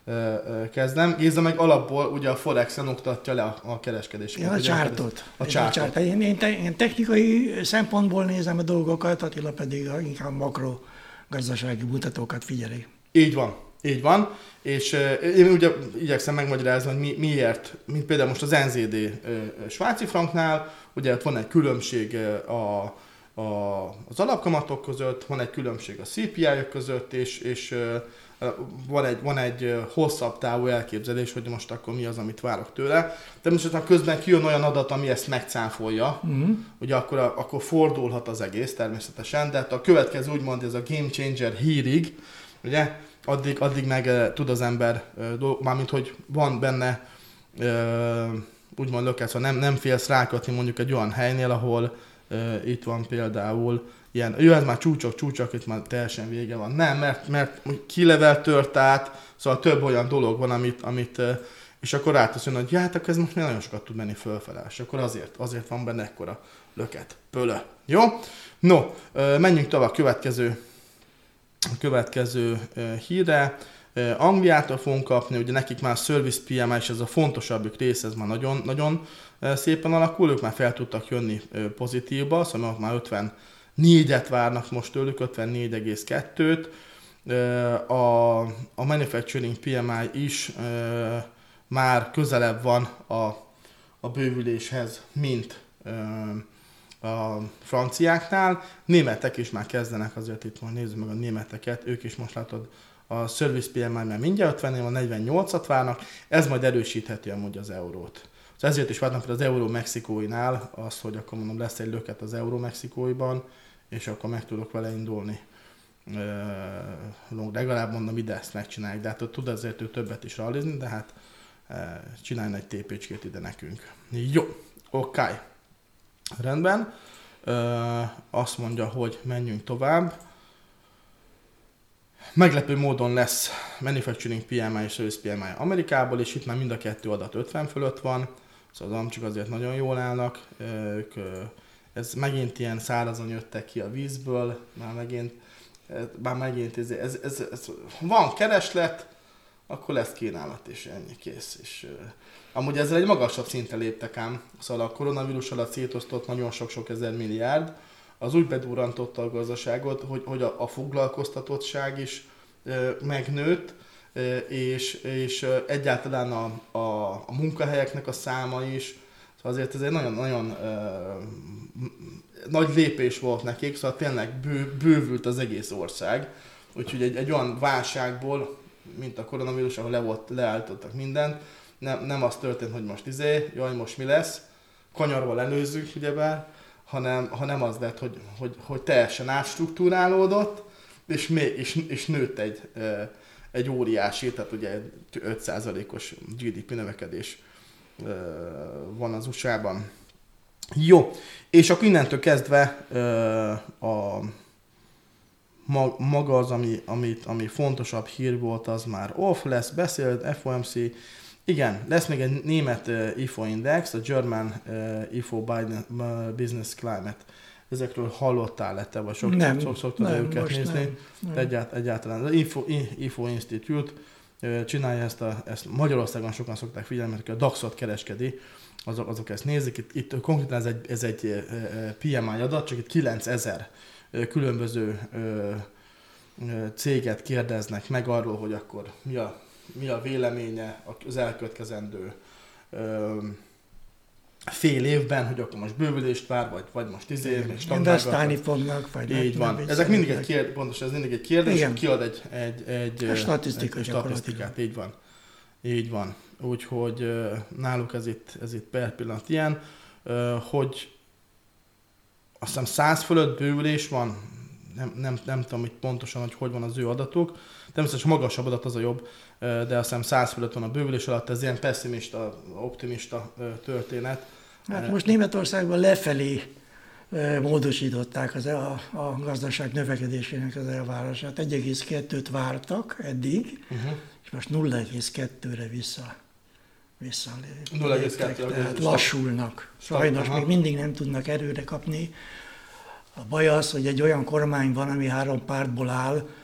kezdem. Géza meg alapból ugye a Forexen oktatja le a, a kereskedéseket. Ja, a csártot. A csártot. Én, én, te, én technikai szempontból nézem a dolgokat, Attila pedig inkább makro gazdasági mutatókat figyeli. Így van, így van. És uh, én ugye igyekszem megmagyarázni, hogy mi, miért, mint például most az en zé dé uh, svájci franknál, ugye ott van egy különbség uh, a A, az alapkamatok között, van egy különbség a cé pé í-ok között, és, és uh, van, egy, van egy hosszabb távú elképzelés, hogy most akkor mi az, amit várok tőle. Természetesen közben kijön olyan adat, ami ezt megcáfolja, uh-huh. ugye akkor, akkor fordulhat az egész természetesen, de hát a következő úgymond ez a game changer hírig, ugye, addig, addig meg uh, tud az ember, uh, mármint hogy van benne uh, úgymond löket, szóval nem, nem félsz rákötni mondjuk egy olyan helynél, ahol Uh, itt van például ilyen, jó, ez már csúcsok, csúcsok, itt már teljesen vége van. Nem, mert, mert kilevel tört át, szóval több olyan dolog van, amit, amit uh, és akkor rátesz jön, hogy ja, hát akkor ez most nagyon sokat tud menni fölfele, és akkor azért, azért van benne ekkora löket, pölö. Jó? No, uh, menjünk tovább, következő, következő uh, hírre. Uh, Angliától fogunk kapni, ugye nekik már a Service pé em i, és ez a fontosabbik rész, ez már nagyon, nagyon szépen alakul, ők már fel tudtak jönni pozitívba, szóval már ötvennégyet várnak most tőlük, ötvennégy egész kettőt. A, a Manufacturing pé em i is már közelebb van a, a bővüléshez, mint a franciáknál. Németek is már kezdenek, azért itt majd nézzük meg a németeket, ők is most látod, a Service pé em i már mindjárt ötvennél van, negyvennyolcat várnak, ez majd erősítheti amúgy az eurót. Ezért is vártam például az euró-mexikóinál azt, hogy akkor mondom, lesz egy löket az euró-mexikóiban, és akkor meg tudok vele indulni. Uh, legalább mondom, ide ezt megcsinálják, de hát tud azért ő többet is realizni, de hát uh, csináljon egy té pé-cskét ide nekünk. Jó, oké. Okay. Rendben. Uh, azt mondja, hogy menjünk tovább. Meglepő módon lesz Manufacturing pé em i és Service pé em i Amerikából, és itt már mind a kettő adat ötven fölött van, szóval az amcsik azért nagyon jól állnak. Ők, ez megint ilyen szárazon jöttek ki a vízből, már megint, már megint ez, ez, ez, ez, van kereslet, akkor lesz kínálat, és ennyi, kész. És, amúgy ezzel egy magasabb szintre léptek ám, szóval a koronavírus alatt szétosztott nagyon sok-sok ezer milliárd, az úgy bedurrantotta a gazdaságot, hogy, hogy a, a foglalkoztatottság is e, megnőtt, e, és, és egyáltalán a, a, a munkahelyeknek a száma is. Szóval azért ez egy nagyon-nagyon e, nagy lépés volt nekik, szóval tényleg bő, bővült az egész ország. Úgyhogy egy, egy olyan válságból, mint a koronavírus, ahol le volt, leállítottak mindent, nem, nem az történt, hogy most izé, jaj, most mi lesz, kanyarval előzzük, ugyebár, hanem, hanem az lett, hogy, hogy, hogy teljesen átstruktúrálódott, és, még, és, és nőtt egy, egy óriási, tehát ugye öt százalékos gé dé pé növekedés van az u es á-ban. Jó, és akkor innentől kezdve a maga az, ami, amit, ami fontosabb hír volt, az már off lesz, beszélt, ef o em cé. Igen, lesz még egy német uh, i ef o Index, a German uh, i ef o Business Climate. Ezekről hallottál-e te, vagy sok, nem, sok, szoktad nem, őket nézni? Nem, nem. Egyált, egyáltalán. Az i ef o, i ef o Institute uh, csinálja ezt, a, ezt Magyarországon sokan szokták figyelni, mert a daxot kereskedi, azok, azok ezt nézik. Itt, itt konkrétan ez egy, ez egy uh, pé em i adat, csak itt kilencezer uh, különböző uh, uh, céget kérdeznek meg arról, hogy akkor mi a mi a véleménye az elkövetkezendő ö, fél évben, hogy akkor most bővülést vár, vagy, vagy most tíz év, még investálni fognak, vagy így van. Ezek mindig egy kérdés, pontosan ez mindig egy kérdés, igen. Kiad egy, egy, egy, egy statisztika egy statisztikát, így van. Így van. Úgyhogy náluk ez itt, ez itt per pillanat ilyen, hogy azt hiszem száz fölött bővülés van, nem, nem, nem tudom hogy pontosan, hogy hogy van az ő adatuk. Természetesen magasabb adat az a jobb, de azt hiszem száz fölött van a bővülés alatt, ez ilyen pessimista, optimista történet. Hát most Németországban lefelé módosították az, a, a gazdaság növekedésének az elvárását. egy egész kettőt vártak eddig, uh-huh. és most nulla egész kettőre vissza. visszaléptek, tehát lassulnak. Sajnos még mindig nem tudnak erőre kapni. A baj az, hogy egy olyan kormány van, ami három pártból áll,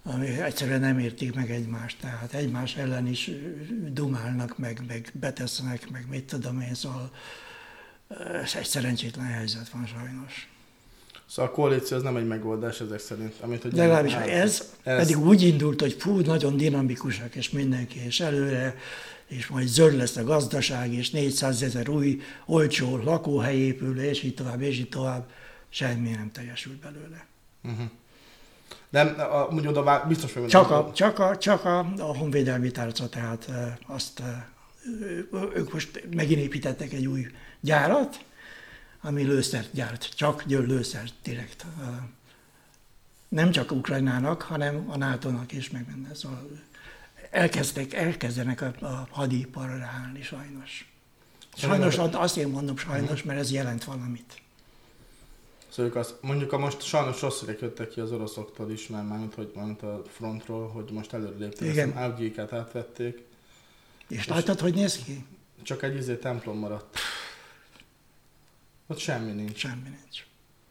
ami egyszerűen nem értik meg egymást, tehát egymás ellen is dumálnak, meg, meg betesznek, meg mit tudom én, szóval ez egy szerencsétlen helyzet van sajnos. Szóval a koalíció az nem egy megoldás ezek szerint. Amit, hogy legalábbis ez, ez pedig úgy indult, hogy fú, nagyon dinamikusak, és mindenki, és előre, és majd zöld lesz a gazdaság, és négyszázezer új, olcsó lakóhely épül, és így tovább, és így tovább. Semmi nem teljesült belőle. Uh-huh. Nem, úgy oda biztos vagy. Csak a, csak a, csak a, a honvédelmi tárca, tehát azt, ők most megint építettek egy új gyárat, ami lőszert gyárt, csak lőszert direkt. Nem csak Ukrajnának, hanem a nátónak is, meg minden. Szóval elkezdtek, elkezdenek a, a hadiparra állni sajnos. Sajnos, azt én mondom sajnos, mert ez jelent valamit. Szóval azt, mondjuk a most sajnos rosszul jöttek ki az oroszoktól is, mert mármint, hogy mármint a frontról, hogy most előre léptek, igen. Azt Avgyikát átvették. És, és láttad, hogy néz ki? Csak egy izé templom maradt. Ott semmi nincs. Semmi nincs.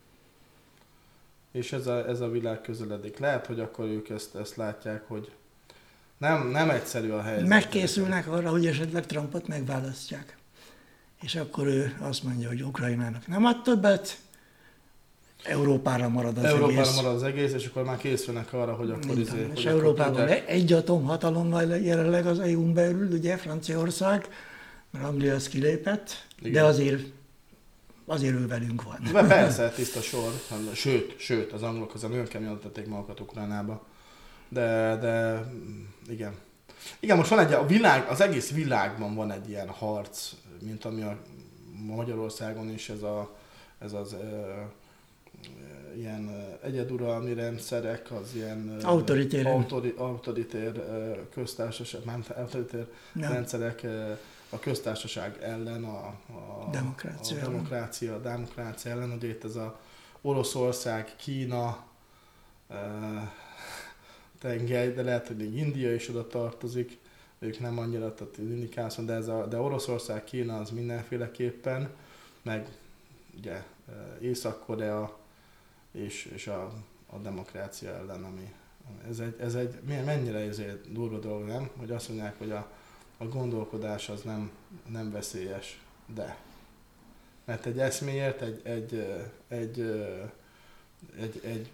És ez a, ez a világ közeledik. Lehet, hogy akkor ők ezt, ezt látják, hogy nem, nem egyszerű a helyzet. Megkészülnek arra, hogy esetleg Trumpot megválasztják. És akkor ő azt mondja, hogy Ukrajnának nem ad többet, Európára marad az Európára egész. marad az egész, és akkor már készülnek arra, hogy akkor izé... És hogy Európában akkor tudják... egy atomhatalom van jelenleg az é u-n belül, ugye Franciaország, mert Anglia az kilépett, igen. De azért, azért ő velünk van. De persze, tiszta sor. Sőt, sőt, az angolok azon nagyon keményen tették magukat Ukrajnába. De, de igen. Igen, most van egy, a világ, az egész világban van egy ilyen harc, mint ami a Magyarországon is ez, a, ez az e, ilyen egyeduralmi rendszerek, az ilyen autoritér, autori, autoritér köztársaság, nem autoritér ja. rendszerek a köztársaság ellen, a, a, demokrácia, a demokrácia, a demokrácia ellen, ugye itt ez a Oroszország, Kína e, tengely, de lehet, hogy még India is oda tartozik, ők nem annyira, tehát indikászon, de, ez a, de Oroszország, Kína az mindenféleképpen, meg ugye Észak-Korea és, és a, a demokrácia ellen, ami ez egy, ez egy mennyire ezért durva dolog, nem? Hogy azt mondják, hogy a, a gondolkodás az nem, nem veszélyes, de. Mert egy eszméért, egy, egy, egy, egy, egy,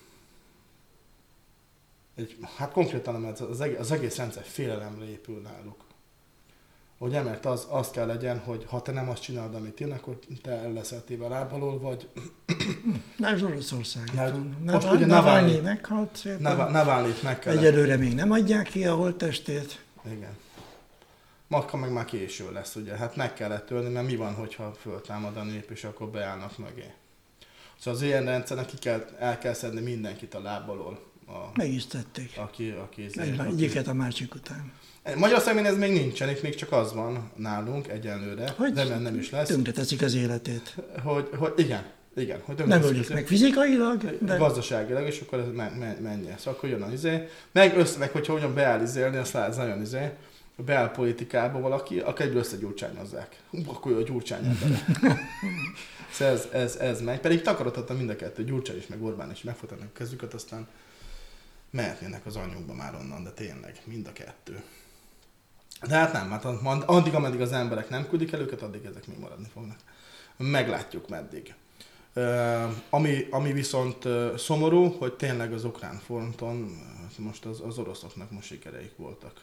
egy hát konkrétan az egész, az egész rendszer félelemre épül náluk. Ugye, mert az, az kell legyen, hogy ha te nem azt csinálod, amit én, akkor te el leszel téve lábalól, vagy... Nem, az Oroszország. Most ugye Navalnyi meghalt. Navalnyit meg kell. Egyelőre még nem adják ki a holttestét. Igen. Makka meg már késő lesz, ugye. Hát meg kellett ölni, mert mi van, hogyha föltámad a nép, és akkor beállnak mögé. Szóval az ilyen rendszernek ki kell, el kell szedni mindenkit a lábalól. A, meg is tették. Aki, aki, Egy, aki, egyiket a másik után. Magyarországon ez még nincsen, itt még csak az van nálunk egyenlőre, hogy de nem is lesz. Tönkre teszik az életét. Hogy, hogy igen, igen. Hogy nem ölik meg fizikailag, de... Gazdaságilag, és akkor ez men, men, menjen. Szóval akkor jön a izé. Meg, össze, meg hogyha hogyan beáll izélni, azt látsz nagyon izé. Beáll politikába valaki, akkor egyből összegyurcsányozzák. Akkor jó, a Gyurcsány embere. Szóval ez, ez, ez megy. Pedig takarodhattam mind a kettő, Gyurcsány is, meg Orbán is megfoghatnak a kezüket, aztán mehetnének az anyjukba már onnan, de tényleg, mind a kettő. De hát nem, hát addig, ameddig az emberek nem küldik el őket, addig ezek még maradni fognak. Meglátjuk meddig. Uh, ami, ami viszont uh, szomorú, hogy tényleg az ukrán fronton uh, most az, az oroszoknak most sikereik voltak.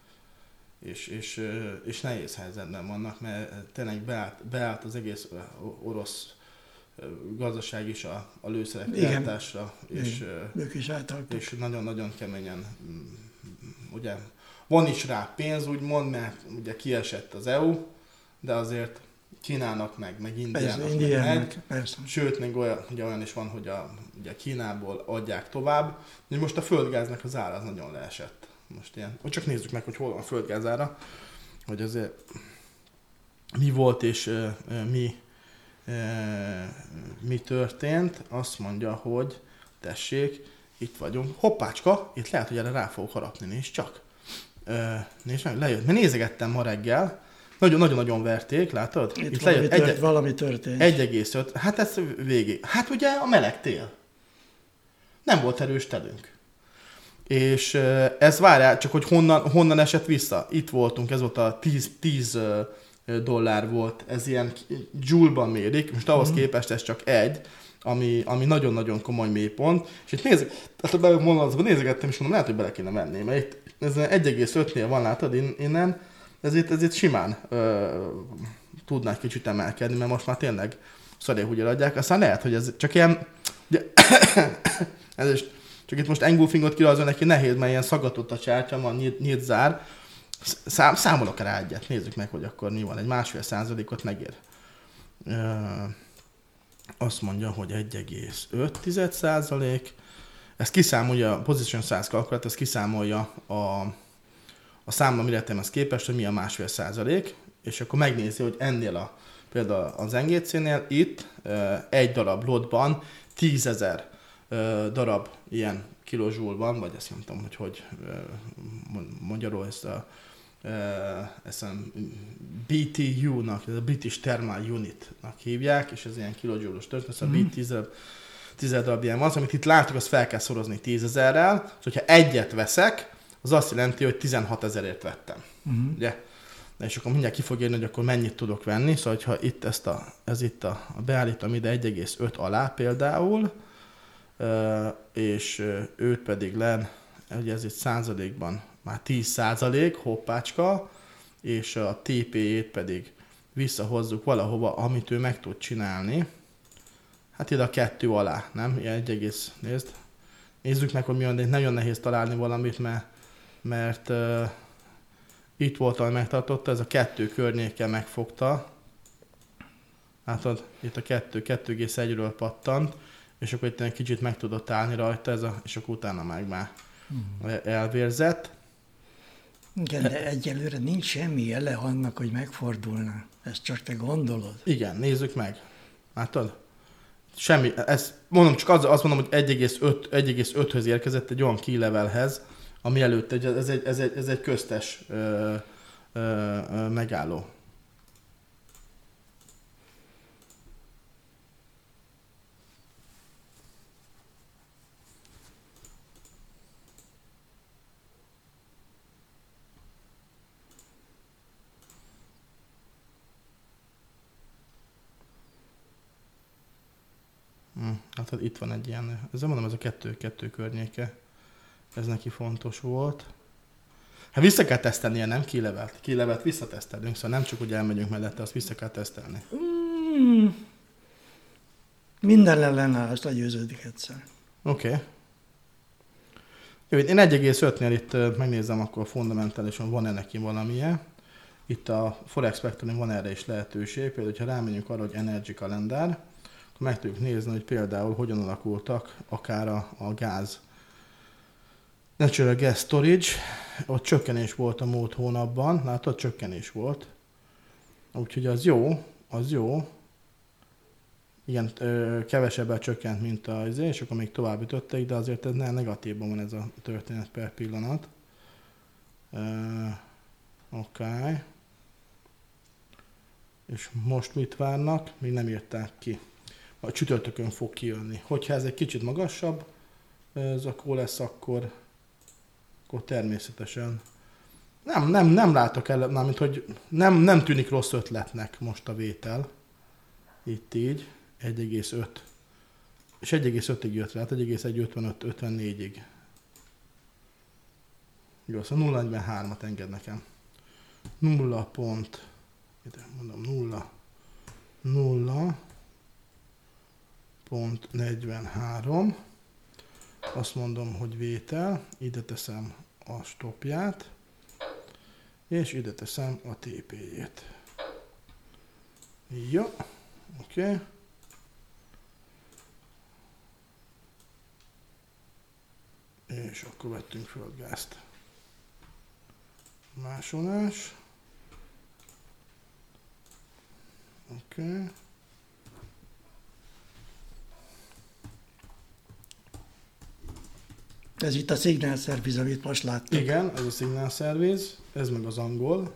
És, és, uh, és nehéz helyzetben vannak, mert tényleg beállt, beállt az egész uh, orosz uh, gazdaság is a, a lőszerek gyártásra. És, uh, ők is átálltak. És nagyon-nagyon keményen, um, ugye, van is rá pénz, úgymond, mert ugye kiesett az é u, de azért Kínának meg, meg Indiának persze, meg, meg persze. Sőt, még olyan, ugye olyan is van, hogy a, ugye Kínából adják tovább. Most a földgáznak az ára az nagyon leesett. Most ilyen, csak nézzük meg, hogy hol van a földgázára, hogy azért mi volt és uh, mi, uh, mi történt. Azt mondja, hogy tessék, itt vagyunk. Hoppácska, itt lehet, hogy erre rá fogok harapni, nézd csak. Uh, nézd meg, lejött. Mert nézegettem ma reggel, nagyon-nagyon verték, látod? Itt, Itt valami, lejött tört, egy, valami történt. egy egész öt, hát ez végig. Hát ugye a meleg tél. Nem volt erős telünk. És ez várjál, csak hogy honnan, honnan esett vissza. Itt voltunk, ez volt a tíz dollár volt, ez ilyen joule-ban mérik, most ahhoz mm. képest ez csak egy, ami, ami nagyon-nagyon komoly mélypont. És itt nézzük, tehát a mondatban nézegettem, és mondom, lehet, hogy bele kéne venni, mert itt ez egy egész ötnél van, látod innen, ez itt, ez itt simán ö, tudnák kicsit emelkedni, mert most már tényleg szarjéhúgyra adják. Aztán lehet, hogy ez csak ilyen, ugye, ez is, csak itt most engulfingot kirajzolni neki nehéz, mert ilyen szaggatott a csártya, van nyílt, nyílt zár. Szám, számolok rá egyet, nézzük meg, hogy akkor mi van, egy másfél százalékot megér. Ö, azt mondja, hogy egy egész öt százalék. Ez kiszámolja, a Position Size Calculator, ez kiszámolja a, a számla méretemhez képest, hogy mi a másfél százalék, és akkor megnézi, hogy ennél a, például az en gé cé-nél itt egy darab lotban tízezer darab ilyen kilozsúlban, vagy ezt nem tudom, hogy hogy magyarul ezt a, ezt a bé té u-nak, ez a British Thermal Unit-nak hívják, és ez ilyen kilozsúlos történet, szóval mm. tíz darab ilyen van, amit itt látjuk, azt fel kell szorozni tízezerrel, és hogyha egyet veszek, az azt jelenti, hogy tizenhatezerért vettem. Uh-huh. Ugye? És akkor mindjárt ki fog érni, hogy akkor mennyit tudok venni, szóval ha itt ezt a, ez itt a, a beállítom ide egy egész öt alá például, és őt pedig len, ugye ez itt százalékban már tíz százalék, hoppácska, és a té pé-jét pedig visszahozzuk valahova, amit ő meg tud csinálni. Hát ide a kettő alá, nem? Ilyen egy egész, nézd. Nézzük meg, hogy mi van, de nagyon nehéz találni valamit, mert, mert uh, itt volt, ahol megtartotta, ez a kettő környéken megfogta. Látod, itt a kettő, kettő egész egyről pattant, és akkor itt egy kicsit meg tudott állni rajta, ez a, és akkor utána meg már hmm. elvérzett. Igen, de egyelőre nincs semmi jele annak, hogy megfordulna. Ezt csak te gondolod. Igen, nézzük meg. Látod? Semmi, ezt mondom, csak az, azt mondom, hogy egy egész öthöz érkezett egy olyan key levelhez, ami előtt egy, ez, egy, ez, egy, ez egy köztes ö, ö, ö, megálló. Hát itt van egy ilyen, ezzel mondom, ez a kettő-kettő környéke, ez neki fontos volt. Hát vissza kell tesztelnie, nem kilevelt. Kilevelt visszatesztelünk, szóval nem csak, hogy elmegyünk mellette, azt vissza kell tesztelni. Mm. Minden ellenállást legyőződik egyszer. Oké. Okay. Én egy egész ötnél itt megnézem, akkor fundamentálisan van-e neki valamilyen. Itt a Forex Spectrum van erre is lehetőség, például, ha rámegyünk arra, hogy Energy kalendár, meg tudjuk nézni, hogy például hogyan alakultak akár a, a gáz. Natural Gas Storage, ott csökkenés volt a múlt hónapban, látod, csökkenés volt. Úgyhogy az jó, az jó. Igen, kevesebbet csökkent, mint az, és akkor még tovább ütöttek, de azért ez negatívban van ez a történet per pillanat. Uh, Oké. Okay. És most mit várnak? Még nem írták ki. A csütörtökön fog kijönni. Hogyha ez egy kicsit magasabb zakó lesz, akkor, akkor természetesen nem, nem, nem látok el, mármint, hogy nem, nem tűnik rossz ötletnek most a vétel. Itt így, egy egész öt. És egy egész ötig jött rá, egy egész egy ötvenöt ötvennégyig. Jó, szóval nulla negyvenhármat enged nekem. nulla pont, ide mondom nulla, nulla pont negyvenhárom. Azt mondom, hogy vétel, ide teszem a stopját, és ide teszem a té pé-jét. Jó, oké. Okay. És akkor vettünk földgázt. Másolás. Oké. Okay. Ez itt a Signal Service, amit most láttuk. Igen, ez a Signal Service, ez meg az angol.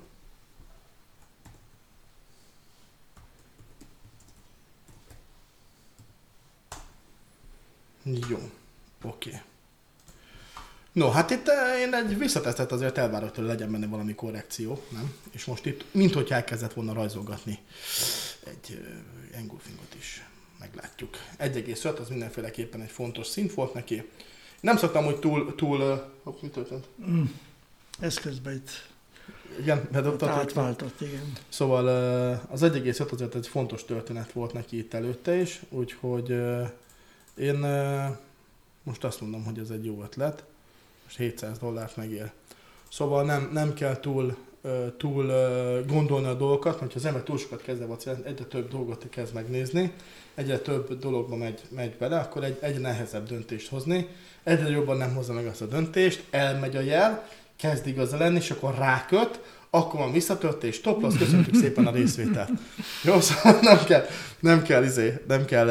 Jó, oké. Okay. No, hát itt én egy visszatesztet azért elvárok tőle, legyen benne valami korrekció, nem? És most itt, minthogy elkezdett volna rajzolgatni egy uh, engulfingot is, meglátjuk. egy egész öt az mindenféleképpen egy fontos szint volt neki. Nem szoktam, hogy túl... túl uh, mi történt? Mm. Ez közben itt igen, átváltott, igen. Szóval uh, az egy egész öt azért egy fontos történet volt neki itt előtte is, úgyhogy uh, én uh, most azt mondom, hogy ez egy jó ötlet. hétszáz dollárt megér. Szóval nem, nem kell túl, uh, túl uh, gondolni a dolgokat, mert ha az ember túl sokat kezd el, egyre több dolgot kezd megnézni, egyre több dologba megy, megy bele, akkor egy, egyre nehezebb döntést hozni, egyre jobban nem hozza meg azt a döntést, elmegy a jel, kezd igaza lenni, és akkor ráköt, akkor van visszatöltés, toplasz, köszöntjük szépen a részvételt. Jó, szóval nem kell, nem kell, izé, nem kell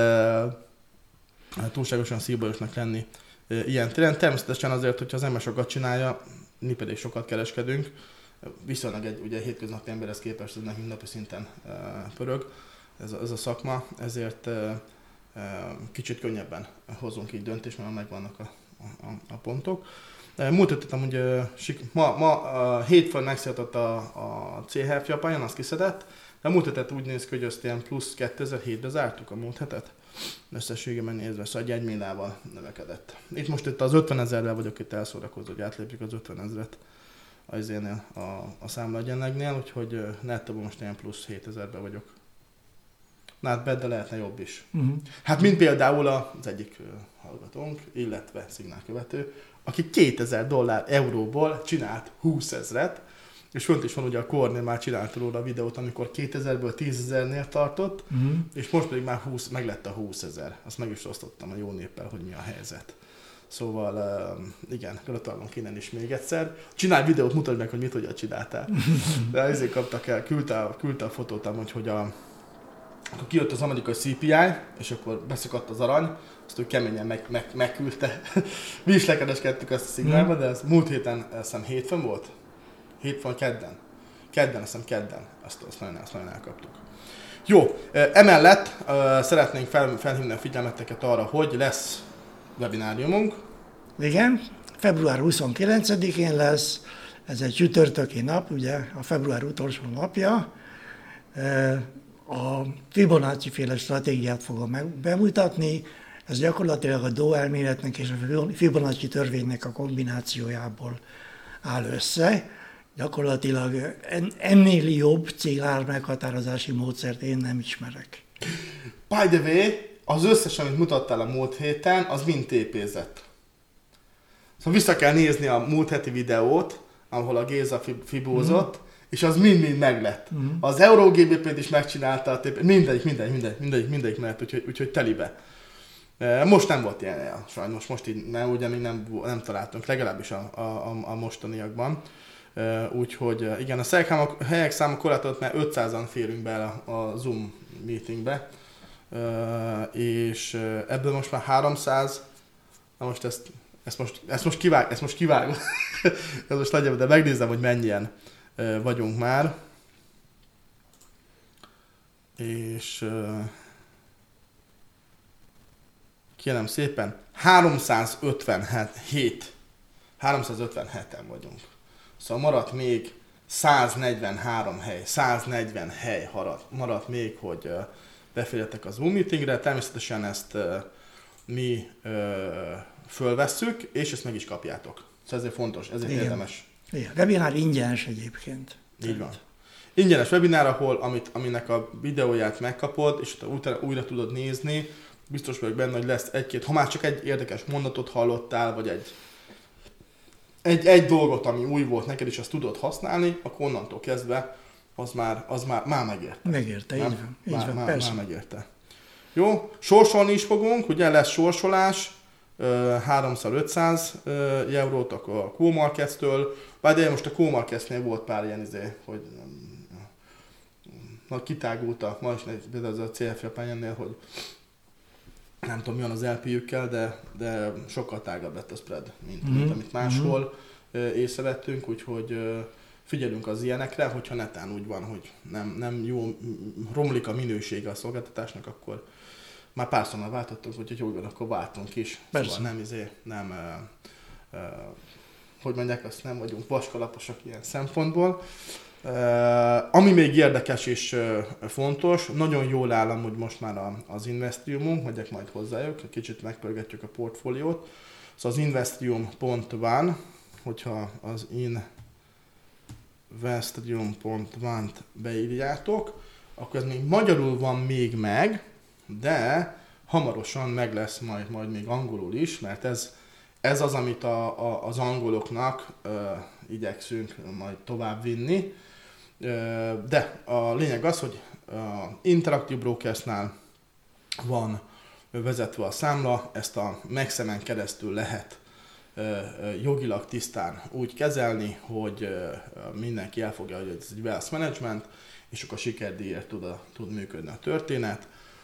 uh, túlságosan szívbajosnak lenni ilyen téren. Természetesen azért, hogyha az ember sokat csinálja, mi pedig sokat kereskedünk, viszonylag egy ugye, hétköznapi emberhez képest ez nekünk napi szinten uh, pörög ez a, ez a szakma, ezért uh, uh, kicsit könnyebben hozunk így döntést, mert megvannak a, a, a pontok. Uh, múlt ötötem, hogy uh, ma, ma uh, hétfőn megszületett a, a cé há ef Japán, azt kiszedett, de a múlt hetet úgy néz ki, hogy azt ilyen plusz kétezer-hétbe zártuk a múlt hetet. Összességében nézve, szóval egy millával növekedett. Itt most itt az ötven ezerrel vagyok itt elszórakozó, hogy átlépjük az ötven ezret az énél a, a számlaegyenlegnél, úgyhogy nettában most ilyen plusz hétezerbe vagyok. Na hát bedde lehetne jobb is. Uh-huh. Hát mint például az egyik hallgatónk, illetve szignálkövető, aki kétezer dollár euróból csinált húszezret, és fönt is van ugye a Kornél már csinálta róla a videót, amikor kétezerből tízezernél tartott, uh-huh. és most pedig már húsz, meg lett a húszezer. Azt meg is osztottam a jó néppel, hogy mi a helyzet. Szóval uh, igen, gratulálunk innen is még egyszer. Csinálj videót, mutasd meg, hogy mit hogyan csináltál. De ezért kaptak el, küldte, küldte a fotót, hogy, hogy a, akkor kijött az amerikai cé pé i, és akkor beszakadt az arany, azt ő keményen meg, meg, megküldte. Mi is lekereskedtük azt a szignálba, de ez múlt héten, azt hiszem hétfőn volt. Hétfőn, kedden. Kedden, azt hiszem kedden. Azt, azt, nagyon, azt nagyon elkaptuk. Jó, emellett uh, szeretnénk fel, felhívni a figyelmeteket arra, hogy lesz webináriumunk. Igen, február huszonkilencedikén lesz, ez egy csütörtöki nap, ugye a február utolsó napja. A Fibonacci-féle stratégiát fogom meg bemutatni, ez gyakorlatilag a Dow elméletnek és a Fibonacci törvénynek a kombinációjából áll össze. Gyakorlatilag ennél jobb célár meghatározási módszert én nem ismerek. By the way, az összes, amit mutattál a múlt héten, az mind tépézett. Szóval vissza kell nézni a múlt heti videót, ahol a Géza fibózott, mm. és az mind-mind meglett. Mm. Az EuroGBP-t is megcsinálta a tépét, mindegyik, mindegyik, mindegyik, mindegyik, mindegyik mellett, úgyhogy, úgyhogy telibe. Most nem volt ilyen, ja, sajnos, most így nem, ugye még nem, nem találtunk, legalábbis a, a, a mostaniakban. Úgyhogy igen, a helyek száma korlátozott, mert ötszázan férünk be a, a Zoom meetingbe, és ebből most már háromszáz, na most ezt, ezt most, ezt most kivág, ezt most kivágom, ez most legyen, de megnézem, hogy mennyien vagyunk már, és kérem szépen, háromszázötvenhét, háromszázötvenheten vagyunk. Szóval maradt még száznegyvenhárom hely, száznegyven hely maradt még, hogy beférjetek az Zoom meetingre. Természetesen ezt mi fölvesszük, és ezt meg is kapjátok. Szóval ezért fontos, ezért igen. Érdemes. Igen, webinár ingyenes egyébként. Így van. Ingyenes webinár, ahol amit, aminek a videóját megkapod, és utána újra tudod nézni. Biztos vagyok benne, hogy lesz egy-két, ha már csak egy érdekes mondatot hallottál, vagy egy Egy, egy dolgot, ami új volt neked, és azt tudod használni, akkor onnantól kezdve az már, az már, már megérte. Megérte, így van. Így már, van már, persze. már megérte. Jó, sorsolni is fogunk, ugye lesz sorsolás, háromszor ötszáz eurót a CoMarkets-től, de most a CoMarkets-nél volt pár ilyen izé, hogy na, kitágult a, ma is például az a cé ef Japán-nél, hogy nem tudom, mi van az el pé-jükkel, de, de sokkal tágabb lett a spread, mint, mm-hmm. mint amit máshol mm-hmm. észrevettünk, úgyhogy figyelünk az ilyenekre, hogyha netán úgy van, hogy nem, nem jó, romlik a minősége a szolgáltatásnak, akkor már párszor már váltottunk, úgyhogy úgy van, akkor váltunk is. Persze. Szóval nem, izé, nem hogy mondják, azt nem vagyunk vaskalaposak ilyen szempontból. Uh, ami még érdekes és uh, fontos, nagyon jól áll hogy most már a, az Investriumunk, megyek majd hozzájuk, kicsit megpörgetjük a portfóliót. Szóval az investrium pont van, hogyha az investrium pont van-t beírjátok, akkor ez még magyarul van még meg, de hamarosan meg lesz majd, majd még angolul is, mert ez, ez az, amit a, a, az angoloknak uh, igyekszünk majd tovább vinni. De a lényeg az, hogy a Interactive Brokersnál van vezetve a számla, ezt a Maxemen keresztül lehet jogilag tisztán úgy kezelni, hogy mindenki elfogja, hogy ez egy wealth management, és akkor sikerdíjért tud, a, tud működni a történet.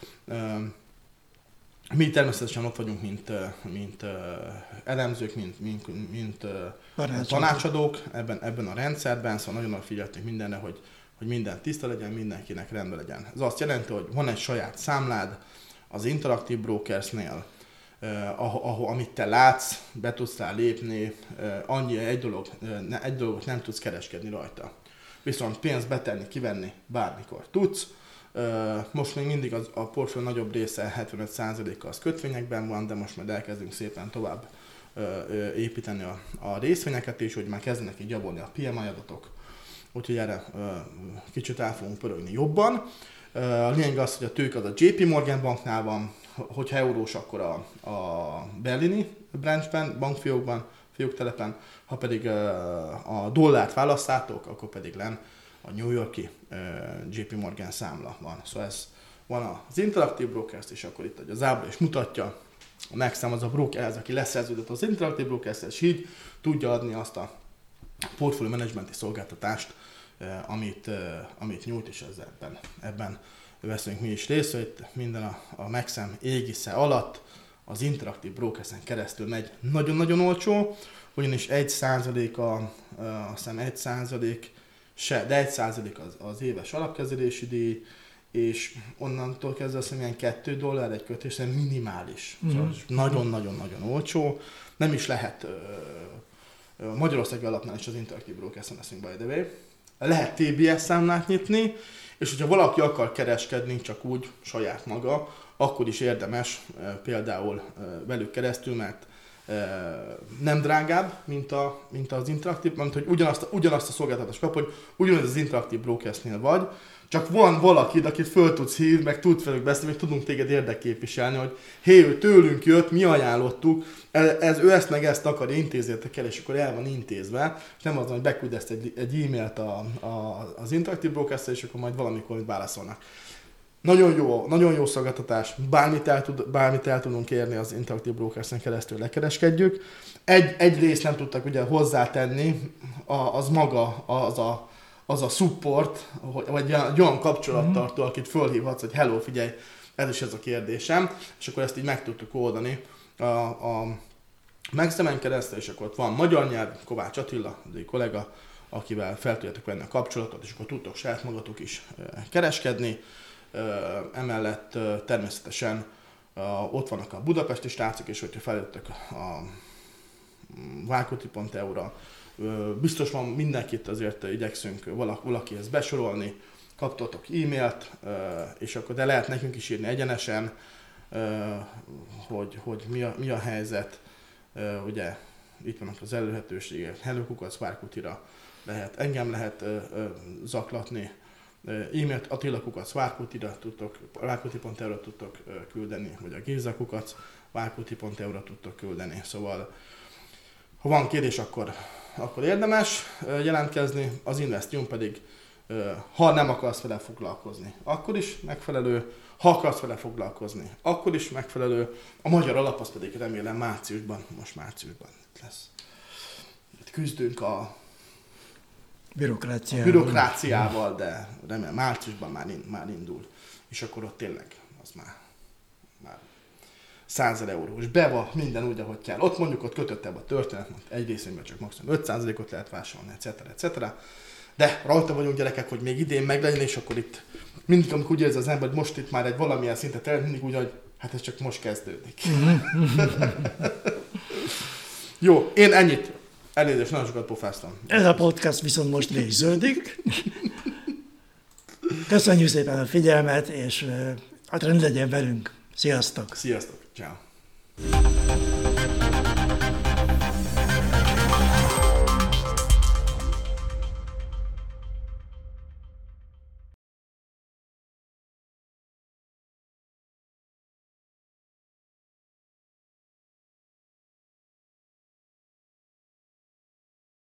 Mi természetesen ott vagyunk, mint, mint elemzők, mint, mint, mint tanácsadók ebben, ebben a rendszerben, szóval nagyon figyeltünk mindenre, hogy, hogy minden tiszta legyen, mindenkinek rendben legyen. Ez azt jelenti, hogy van egy saját számlád az Interactive Brokersnél, eh, ahol, amit te látsz, be tudsz rá lépni, eh, annyi egy, dolog, eh, egy dologot nem tudsz kereskedni rajta. Viszont pénzt betenni, kivenni bármikor tudsz. Most még mindig az, a portfólió nagyobb része hetvenöt százaléka az kötvényekben van, de most majd elkezdünk szépen tovább építeni a, a részvényeket, és hogy már kezdenek így javulni a pé em i adatok. Úgyhogy erre kicsit el fogunk pörögni jobban. A lényeg az, hogy a tőke az a jé pé Morgan banknál van, hogyha eurós, akkor a, a berlini branchben, bankfiókban, fióktelepen, ha pedig a dollárt választátok, akkor pedig len a New Yorki uh, jé pé Morgan számla van. Szóval ez van az Interactive Brokers, és akkor itt az ábra is mutatja. A Maxem az a broker, ez, aki leszerződött az Interactive Brokers, és így tudja adni azt a portfólió menedzsmenti szolgáltatást, uh, amit, uh, amit nyújt, és ez ebben, ebben veszünk mi is részt. Itt minden a, a Maxem égisze alatt az Interactive Brokersen keresztül megy nagyon-nagyon olcsó, ugyanis egy százalék a, uh, azt hiszem egy százalék se, de egy százalék az, az éves alapkezelési díj, és onnantól kezdve azt hiszem ilyen kettő dollár egy kötés, de minimális. Mm. Szóval nagyon-nagyon-nagyon olcsó. Nem is lehet uh, a Magyarországi alapnál is az Interactive Brokersen leszünk by the way. Lehet té bé es számlát nyitni, és hogyha valaki akar kereskedni csak úgy saját maga, akkor is érdemes uh, például uh, velük keresztül, mert nem drágább, mint, a, mint az Interactive, mert hogy ugyanazt, ugyanazt a szolgáltatást kap, hogy ugyanaz az Interactive Brokersnél vagy, csak van valaki, akit föl tudsz hívni, meg tudsz velük beszélni, meg tudunk téged érdekképviselni, hogy hé, ő tőlünk jött, mi ajánlottuk, ez, ez, ő ezt meg ezt akarja, intézzétek el, és akkor el van intézve, és nem az, hogy beküldesz egy, egy e-mailt a, a, az Interactive Brokersre, és akkor majd valamikor válaszolnak. Nagyon jó, nagyon jó szolgáltatás, bármit el, tud, bármit el tudunk érni az Interactive Brokersen keresztül lekereskedjük. Egy, egy részt nem tudtak ugye hozzátenni, az maga az a, az a support, vagy egy olyan kapcsolattartó, akit fölhívhatsz, hogy hello, figyelj, ez is ez a kérdésem, és akkor ezt így meg tudtuk oldani a, a Maxemen keresztül, és akkor ott van magyar nyelv, Kovács Attila, egy kollega, akivel fel tudjátok venni a kapcsolatot, és akkor tudtok saját magatok is kereskedni. Emellett természetesen ott vannak a budapesti srácok, és hogyha feljöttek a Várkuti pont e u-ra, biztos van mindenkit, azért igyekszünk valakihez besorolni, kaptatok e-mailt, és akkor de lehet nekünk is írni egyenesen, hogy, hogy mi, a, mi a helyzet, ugye itt vannak az elérhetőségek, hello kukac várkutira lehet, engem lehet zaklatni, e-mailt Attila kukac várkutira tudtok, várkuti pont e u-ra tudtok küldeni, vagy a Géza kukac várkuti pont e u-ra tudtok küldeni. Szóval, ha van kérdés, akkor, akkor érdemes jelentkezni, az Investium pedig, ha nem akarsz vele foglalkozni, akkor is megfelelő, ha akarsz vele foglalkozni, akkor is megfelelő, a magyar alap az pedig remélem márciusban, most márciusban lesz. Itt küzdünk a Bürokráciával. bürokráciával, de remélem márciusban már, már indul. És akkor ott tényleg az már, már százezer euró. És be van minden úgy, ahogy kell. Ott mondjuk ott kötöttebb a történet, egy részében csak maximum öt százalékot lehet vásárolni, et cetera, et cetera. De rajta vagyunk gyerekek, hogy még idén meglegyen, és akkor itt mindig, amikor úgy érzi az ember, hogy most itt már egy valamilyen szintet el, mindig úgy, hogy hát ez csak most kezdődik. Jó, én ennyit. Elnézést, nagyon sokat pofáztam. Ez a podcast viszont most végződik. Köszönjük szépen a figyelmet, és hát rend legyen velünk. Sziasztok! Sziasztok, ciao.